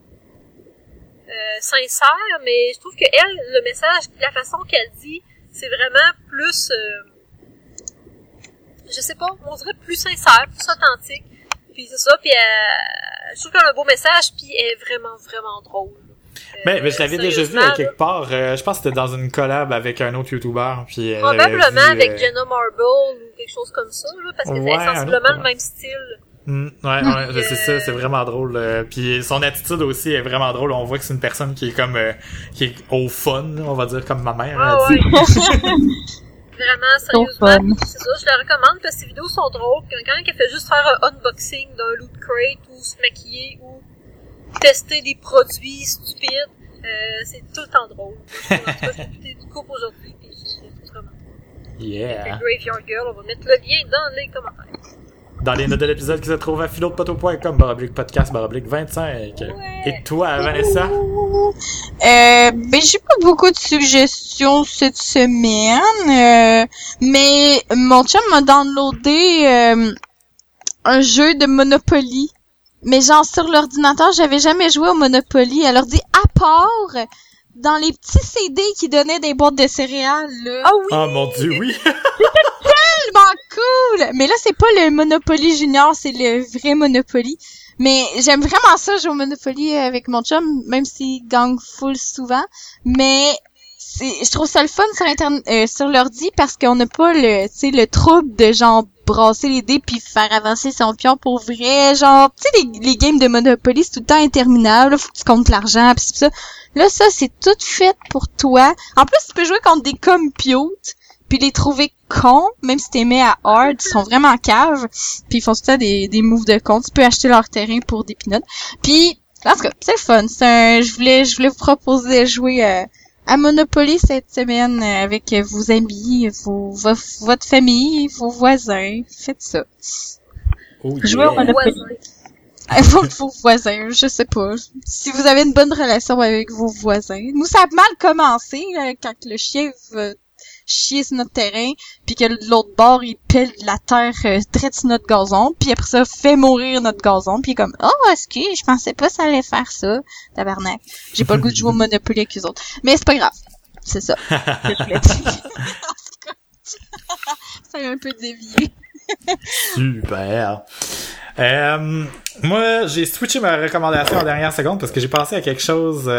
sincère, mais je trouve que elle, le message, la façon qu'elle dit, c'est vraiment plus, je sais pas, on dirait plus sincère, plus authentique. Puis c'est ça, puis je trouve qu'elle a un beau message, puis elle est vraiment, vraiment drôle. Mais je l'avais déjà vu à quelque part, je pense que c'était dans une collab avec un autre YouTuber, puis probablement avec Jenna Marble ou quelque chose comme ça, là, parce que c'est sensiblement le même style. Ouais, c'est ça, c'est vraiment drôle. Puis son attitude aussi est vraiment drôle. On voit que c'est une personne qui est comme qui est au fun, on va dire, comme ma mère a dit. Vraiment, sérieusement, c'est ça, je la recommande parce que ses vidéos sont drôles. Quand elle fait juste faire un unboxing d'un loot crate ou se maquiller ou tester des produits stupides, c'est tout le temps drôle. En tout cas, j'ai écouté du couple aujourd'hui pis je trouve vraiment. Yeah. Graveyard Girl, on va mettre le lien dans les commentaires. Dans les notes de l'épisode qui se trouvent à philodepotto.com/podcast/25. Ouais. Et toi, Vanessa? J'ai pas beaucoup de suggestions cette semaine, mais mon chum m'a downloadé un jeu de Monopoly. Mais genre sur l'ordinateur, j'avais jamais joué au Monopoly. Alors dit à part dans les petits CD qui donnaient des boîtes de céréales là. Ah oui. Oh mon Dieu, oui. Tellement cool. Mais là c'est pas le Monopoly Junior, c'est le vrai Monopoly. Mais j'aime vraiment ça jouer au Monopoly avec mon chum, même s'il gagne full souvent. Mais je trouve ça le fun sur l'ordi parce qu'on n'a pas le trouble de genre brasser les dés puis faire avancer son pion pour vrai, genre tu sais les games de Monopoly c'est tout le temps interminable, là, faut que tu comptes l'argent pis ça. Là ça c'est tout fait pour toi. En plus tu peux jouer contre des computes puis les trouver cons, même si t'es mis à hard, ils sont vraiment caves, puis ils font tout ça des moves de con. Tu peux acheter leur terrain pour des peanuts. Puis en tout cas, c'est le fun. Je voulais vous proposer de jouer à Monopoly cette semaine avec vos amis, votre famille, vos voisins. Faites ça. Oh yeah. Jouez au Monopoly. Vos voisins, je sais pas. Si vous avez une bonne relation avec vos voisins. Nous, ça a mal commencé quand le chien va chier sur notre terrain, puis que de l'autre bord, il pèle de la terre direct sur notre gazon, puis après ça, fait mourir notre gazon, puis comme « Oh, excuse, je pensais pas que ça allait faire ça, tabarnak. J'ai pas le goût de jouer au Monopoly avec eux autres. » Mais c'est pas grave. C'est ça. Ça a un peu dévié. Super. Moi, j'ai switché ma recommandation en dernière seconde parce que j'ai pensé à quelque chose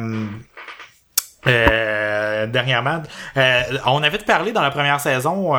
dernièrement. On avait parlé dans la première saison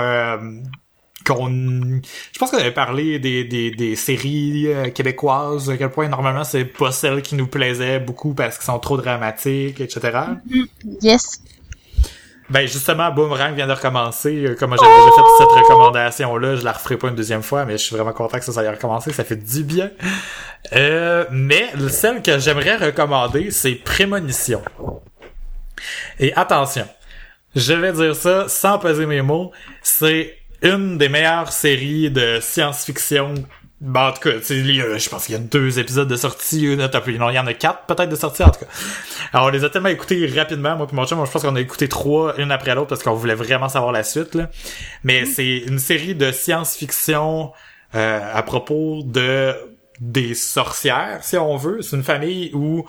je pense qu'on avait parlé des séries québécoises, à quel point normalement c'est pas celles qui nous plaisaient beaucoup parce qu'elles sont trop dramatiques, etc. Yes. Ben justement, Boomerang vient de recommencer. Comme j'avais déjà fait cette recommandation-là, je la referai pas une deuxième fois, mais je suis vraiment content que ça ait recommencé, ça fait du bien. Mais celle que j'aimerais recommander, c'est Prémonition. Et attention, je vais dire ça sans peser mes mots, c'est une des meilleures séries de science-fiction. Ben, en tout cas, je pense qu'il y a 2 épisodes de sortie, il y en a 4 peut-être de sortie en tout cas. Alors on les a tellement écoutés rapidement, moi et mon chum, je pense qu'on a écouté 3 une après l'autre parce qu'on voulait vraiment savoir la suite là. Mais c'est une série de science-fiction à propos des sorcières, si on veut. C'est une famille où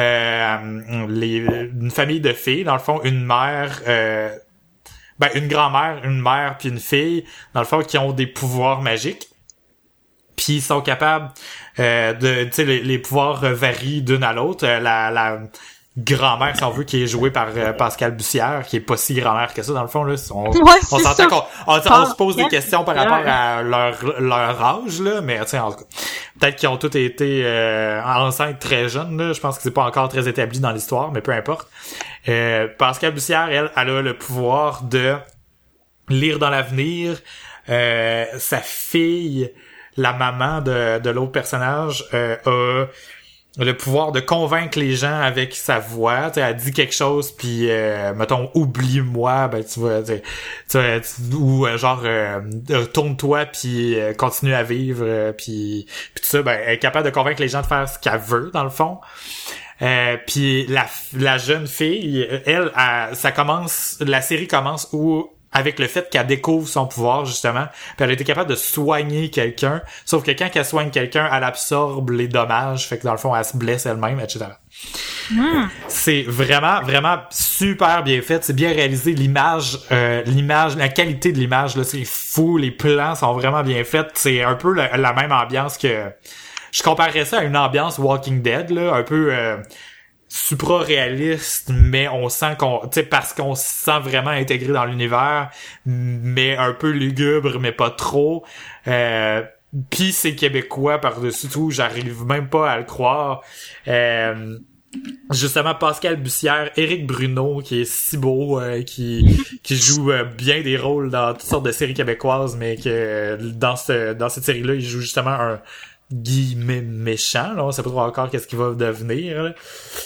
une famille de filles, dans le fond, une mère, une grand-mère, une mère puis une fille, dans le fond, qui ont des pouvoirs magiques. Puis ils sont capables tu sais, les pouvoirs varient d'une à l'autre. La grand-mère, si on veut, qui est jouée par Pascal Bussière, qui est pas si grand-mère que ça, dans le fond, là. On s'entend on se pose des questions par rapport à leur âge, là, mais tu sais, en tout cas, peut-être qu'ils ont tous été enceintes très jeunes, là. Je pense que c'est pas encore très établi dans l'histoire, mais peu importe. Pascal Bussière, elle a le pouvoir de lire dans l'avenir. Sa fille, la maman de l'autre personnage, a le pouvoir de convaincre les gens avec sa voix. T'sais, elle dit quelque chose puis mettons oublie-moi, ben tu vois, ou genre tourne-toi puis continue à vivre puis tout ça, ben elle est capable de convaincre les gens de faire ce qu'elle veut dans le fond. Puis la jeune fille, elle, la série commence où avec le fait qu'elle découvre son pouvoir, justement, puis elle a été capable de soigner quelqu'un, sauf que quand elle soigne quelqu'un, elle absorbe les dommages, fait que dans le fond, elle se blesse elle-même, etc. C'est vraiment, vraiment super bien fait, c'est bien réalisé, l'image, la qualité de l'image, là, c'est fou, les plans sont vraiment bien faits, c'est un peu la même ambiance que... Je comparerais ça à une ambiance Walking Dead, là, un peu... supra-réaliste, mais on sent qu'on, tu sais, parce qu'on se sent vraiment intégré dans l'univers, mais un peu lugubre, mais pas trop. Puis c'est québécois par-dessus tout, j'arrive même pas à le croire. Justement, Pascal Bussière, Éric Bruno, qui est si beau, qui joue bien des rôles dans toutes sortes de séries québécoises, mais que dans cette série-là, il joue justement un guillemets méchant, là, on sait pas trop encore qu'est-ce qu'il va devenir, là.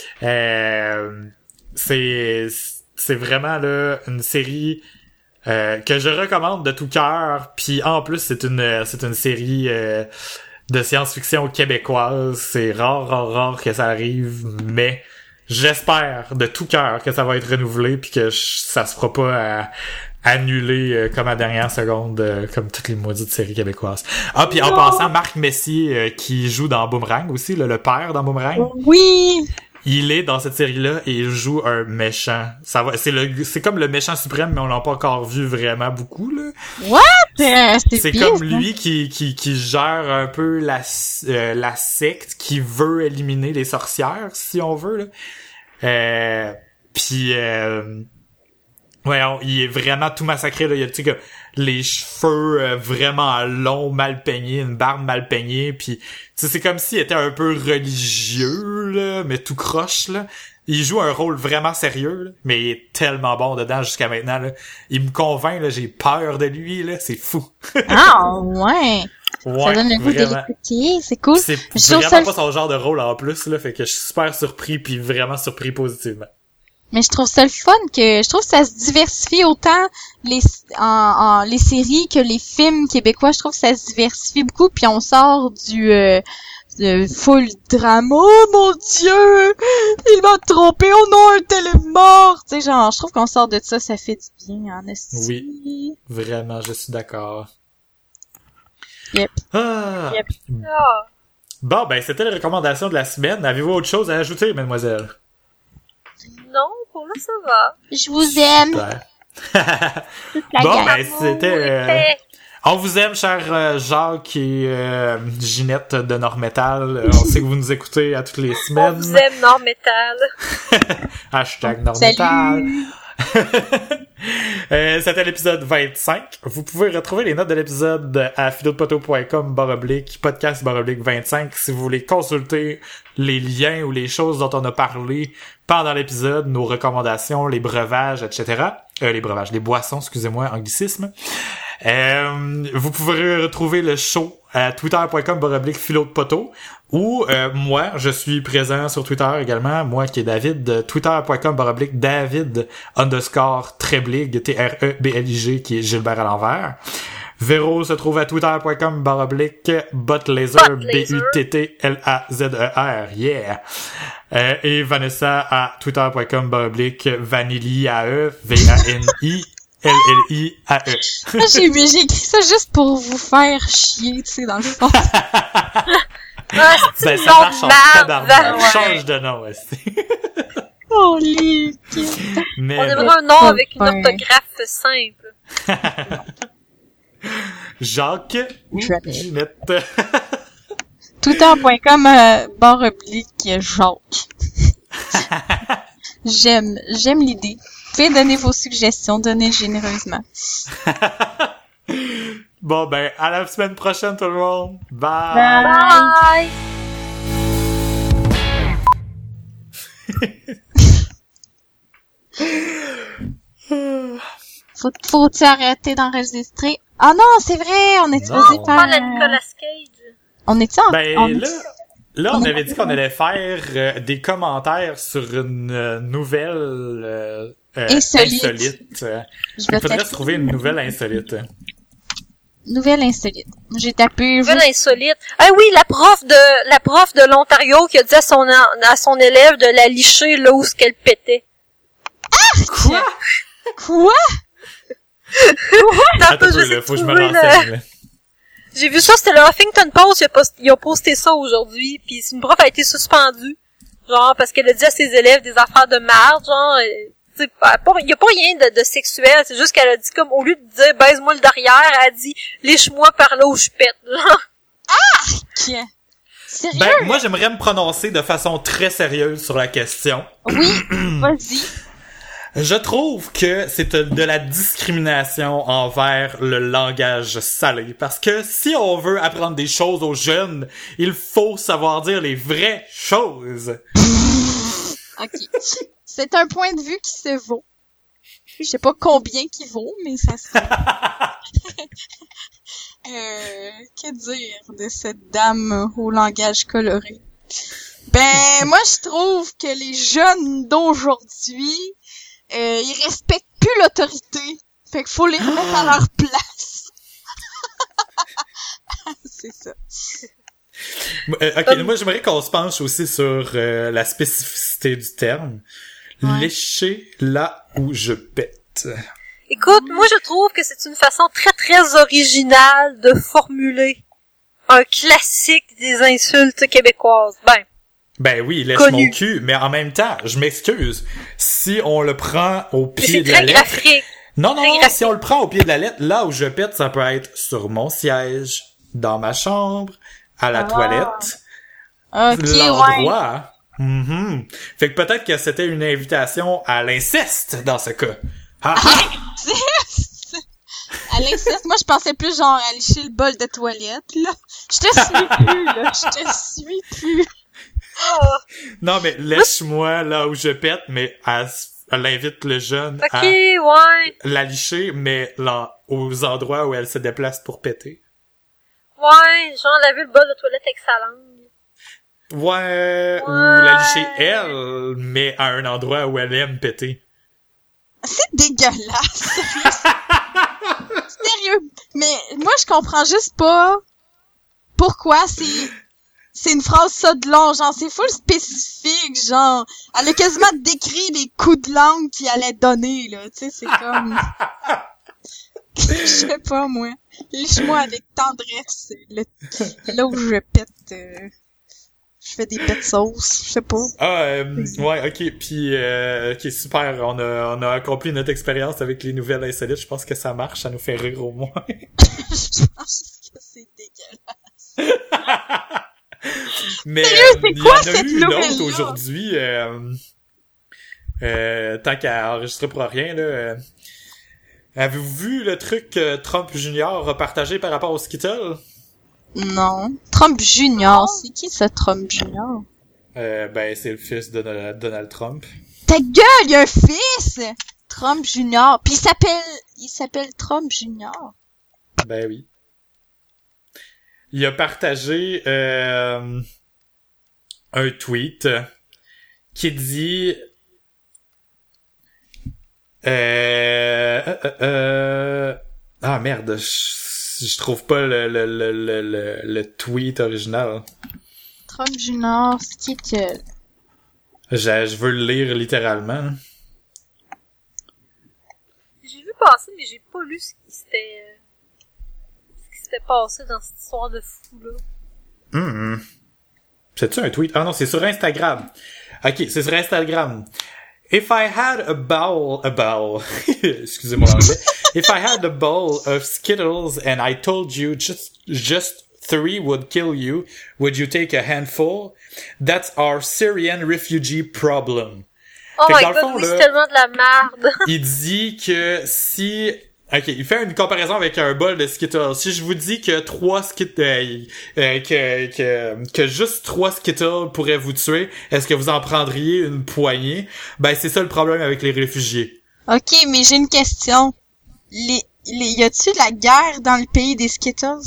C'est vraiment là une série que je recommande de tout cœur, puis en plus c'est une série de science-fiction québécoise, c'est rare que ça arrive, mais j'espère de tout cœur que ça va être renouvelé puis que ça se fera pas annuler comme à dernière seconde comme toutes les maudites séries québécoises. Ah, puis en passant, Marc Messier qui joue dans Boomerang aussi, là, le père dans Boomerang. Oui! Il est dans cette série-là et il joue un méchant. Ça va, c'est comme le méchant suprême, mais on l'a pas encore vu vraiment beaucoup, là. What? C'est comme ça. Lui qui gère un peu la secte qui veut éliminer les sorcières, si on veut, là. Puis ouais, il est vraiment tout massacré, là. Il y a, tu sais, que les cheveux vraiment longs, mal peignés, une barbe mal peignée, puis tu sais, c'est comme s'il était un peu religieux, là, mais tout croche, là. Il joue un rôle vraiment sérieux, là, mais il est tellement bon dedans jusqu'à maintenant, là. Il me convainc, là, j'ai peur de lui, là, c'est fou. Ah, ouais! Ouais, ça donne le goût de l'écouter, c'est cool. C'est vraiment pas son genre de rôle en plus, là, fait que je suis super surpris, puis vraiment surpris positivement. Mais je trouve ça le fun que ça se diversifie autant les séries que les films québécois. Je trouve que ça se diversifie beaucoup, puis on sort du full drama. Oh mon Dieu, il m'a trompé. Oh non, un tel est mort. Tu sais, genre, je trouve qu'on sort de ça fait du bien, en esti. Oui, vraiment, je suis d'accord. Yep. Ah. Yep. Bon, ben c'était les recommandations de la semaine. Avez-vous autre chose à ajouter, mademoiselle? Non, pour là, ça va. Je vous aime. Bon, ben, c'était... on vous aime, cher Jacques et Ginette de Nord-Métal. On sait que vous nous écoutez à toutes les semaines. On vous aime, Nord-Métal. Hashtag Nord-Métal. C'était l'épisode 25. Vous pouvez retrouver les notes de l'épisode à philodepoteau.com/podcast/25 si vous voulez consulter les liens ou les choses dont on a parlé pendant l'épisode, nos recommandations, les breuvages, etc. Les boissons, excusez-moi, anglicisme. Vous pouvez retrouver le show à twitter.com/philodepoteau ou moi, je suis présent sur Twitter également, moi qui est David, twitter.com/David_Treblig, TREBLIG, qui est Gilbert à l'envers. Véro se trouve à twitter.com/botlaser, BUTTLAZER, yeah. Et Vanessa à twitter.com/Vanilliae, VANI. LLIAE. J'ai écrit ça juste pour vous faire chier, tu sais, dans le fond. Ah, ben, ça marche en tabarnak. Change de nom aussi. Oh, Luc. Mais on aimerait un nom avec une orthographe simple. Jacques ou Ginette. Twitter.com/Jacques. J'aime l'idée. Vous pouvez donner vos suggestions, donnez généreusement. Bon, ben, à la semaine prochaine, tout le monde. Bye! Bye! Faut-tu arrêter d'enregistrer? Ah non, c'est vrai, on est supposé faire... Pas la Nicolas Cage. On est-tu en... Ben, là, on avait dit qu'on allait faire des commentaires sur une nouvelle... insolite. Il faudrait se trouver une nouvelle insolite. Nouvelle insolite. J'ai tapé... Nouvelle insolite. Ah oui, la prof de l'Ontario qui a dit à son élève de la licher là où ce qu'elle pétait. Quoi? Quoi? Attends un peu, là, faut que je me renseigne, là. J'ai vu ça, c'était le Huffington Post, il a posté ça aujourd'hui, puis une prof a été suspendue, genre, parce qu'elle a dit à ses élèves des affaires de merde, genre, il y a pas rien de sexuel, c'est juste qu'elle a dit comme, au lieu de dire, baise-moi le derrière, elle a dit, liche-moi par là où je pète, genre. Ah! Sérieux? Ben, moi, j'aimerais me prononcer de façon très sérieuse sur la question. Oui, vas-y. Je trouve que c'est de la discrimination envers le langage salé. Parce que si on veut apprendre des choses aux jeunes, il faut savoir dire les vraies choses. Ok. C'est un point de vue qui se vaut. Je sais pas combien qui vaut, mais ça se vaut. Que dire de cette dame au langage coloré? Ben, moi, je trouve que les jeunes d'aujourd'hui, ils respectent plus l'autorité. Fait qu'il faut les remettre à leur place. C'est ça. Ok, moi, j'aimerais qu'on se penche aussi sur la spécificité du terme. Ouais. Lécher là où je pète. Écoute, moi je trouve que c'est une façon très très originale de formuler un classique des insultes québécoises. Ben oui, lèche Connu. mon cul, mais en même temps, je m'excuse. Si on le prend au Mais pied c'est de la très lettre... graphique. Non, Très non, graphique. si on le prend au pied de la lettre, là où je pète, ça peut être sur mon siège, dans ma chambre, à la toilette, Ok, ouais. l'endroit. Mhm. Fait que peut-être que c'était une invitation à l'inceste dans ce cas. Ah, ah! À l'inceste, moi, je pensais plus genre à licher le bol de toilette, là. Je te suis plus, là. Je te suis plus. Non, mais lèche-moi là où je pète, mais elle invite le jeune Ok, à ouais. la licher, mais aux endroits où elle se déplace pour péter. Ouais, genre laver le bol de toilette avec sa langue. Ouais, ou la licher elle, mais à un endroit où elle aime péter. C'est dégueulasse. Sérieux. Mais moi, je comprends juste pas pourquoi c'est une phrase ça de long, genre, c'est full spécifique, genre, elle a quasiment décrit les coups de langue qu'il allait donner, là, tu sais, c'est comme... Je sais pas, moi. Liche-moi avec tendresse, là où je pète, je fais des pets sauces, je sais pas. Ah, ouais, ok, puis ok, super, on a accompli notre expérience avec les nouvelles insolites, je pense que ça marche, ça nous fait rire au moins. Je pense que c'est dégueulasse. Mais Sérieux, c'est il y quoi en a cette eu une autre nouvelle-là? aujourd'hui, tant qu'à enregistrer pour rien, là. Avez-vous vu le truc que Trump Jr. a partagé par rapport au Skittles? Non. Trump Junior, c'est qui ce Trump Junior? Ben, c'est le fils de Donald Trump. Ta gueule, il y a un fils! Trump Junior. Puis il s'appelle Trump Junior. Ben oui. Il a partagé un tweet qui dit ah merde, je trouve pas le tweet original. Trump Junior, Skittle. Je veux le lire littéralement. J'ai vu passer, mais j'ai pas lu ce qui s'était passé dans cette histoire de fou-là. C'est-tu un tweet? Ah non, c'est sur Instagram. Ok, c'est sur Instagram. If I had a bowl, excusez-moi l'anglais. If I had a bowl of Skittles and I told you just 3 would kill you, would you take a handful? That's our Syrian refugee problem. Oh Fait que my dans le god, fond, oui, là, c'est tellement de la merde. il dit que si... Ok, il fait une comparaison avec un bol de Skittles. Si je vous dis que 3 Skittles... que juste 3 Skittles pourraient vous tuer, est-ce que vous en prendriez une poignée? Ben, c'est ça le problème avec les réfugiés. Ok, mais j'ai une question. Y a-tu de la guerre dans le pays des Skittles?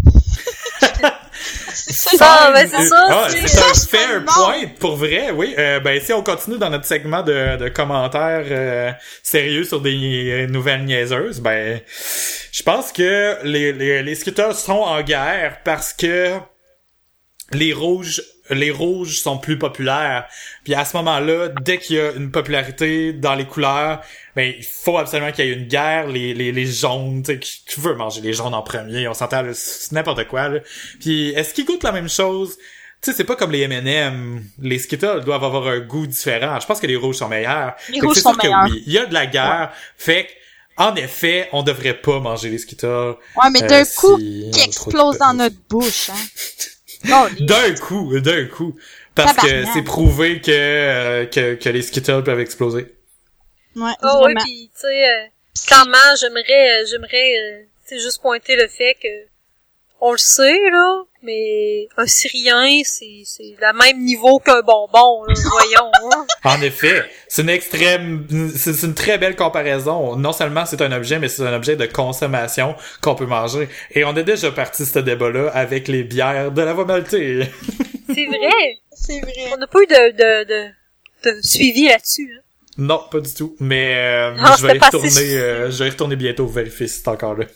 C'est ça, ben c'est ça. Ah, c'est- c'est un ça, fair non. point, pour vrai, oui. Ben, si on continue dans notre segment de commentaires sérieux sur des nouvelles niaiseuses, ben, Je pense que les Skittles sont en guerre parce que les rouges sont plus populaires. Puis à ce moment-là, dès qu'il y a une popularité dans les couleurs, ben il faut absolument qu'il y ait une guerre. Les jaunes, tu sais, qui veut manger les jaunes en premier? On s'entend, là, c'est n'importe quoi, là. Puis est-ce qu'ils goûtent la même chose? Tu sais, c'est pas comme les M&M. Les Skittles doivent avoir un goût différent. Je pense que les rouges sont meilleurs. Les rouges sont meilleurs. Oui, il y a de la guerre. Ouais. Fait que, en effet, on devrait pas manger les Skittles. Ouais, mais d'un coup, qui explose dans notre bouche, hein. Oh, d'un coup. Parce que c'est prouvé que les Skittles peuvent exploser. Ouais, oh, oui, pis, tu sais, clairement, j'aimerais juste pointer le fait que on le sait, là, mais un Syrien, c'est le même niveau qu'un bonbon, là, voyons. Hein. En effet, c'est une très belle comparaison. Non seulement c'est un objet, mais c'est un objet de consommation qu'on peut manger. Et on a déjà parti ce débat-là avec les bières de la voie maltée. C'est vrai. C'est vrai. On n'a pas eu de suivi là-dessus, hein. Non, pas du tout. Mais je vais y retourner bientôt vérifier si c'est encore là.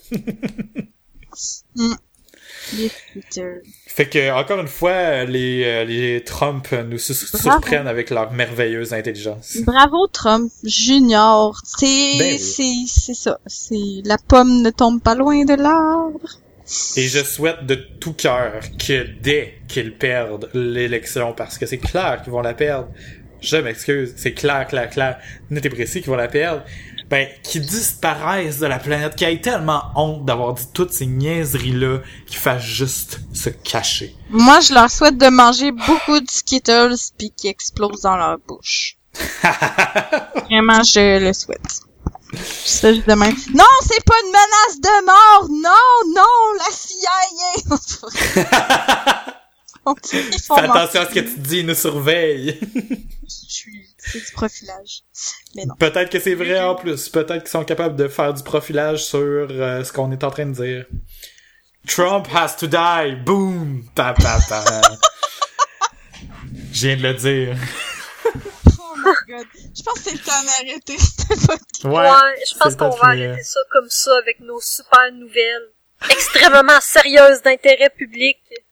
Fait que encore une fois, les Trump nous surprennent avec leur merveilleuse intelligence. Bravo Trump Junior. C'est ça. C'est la pomme ne tombe pas loin de l'arbre. Et je souhaite de tout cœur que dès qu'ils perdent l'élection, parce que c'est clair qu'ils vont la perdre. Je m'excuse, c'est clair, net et précis qu'ils vont la perdre. Ben, qu'ils disparaissent de la planète, qu'ils aient tellement honte d'avoir dit toutes ces niaiseries-là, qu'ils fassent juste se cacher. Moi, je leur souhaite de manger beaucoup de Skittles pis qu'ils explosent dans leur bouche. Vraiment, je le souhaite. Ça, je demande. Non, c'est pas une menace de mort! Non, la CIA! Fais attention à ce que tu dis, ils nous surveillent. C'est du profilage. Mais non. Peut-être que c'est vrai en plus. Peut-être qu'ils sont capables de faire du profilage sur ce qu'on est en train de dire. Trump has to die. Boom! Pa. Je viens de le dire. Oh my god. Je pense que c'est le temps d'arrêter cette podcast. Ouais, je pense qu'on va arrêter ça comme ça avec nos super nouvelles. Extrêmement sérieuses d'intérêt public.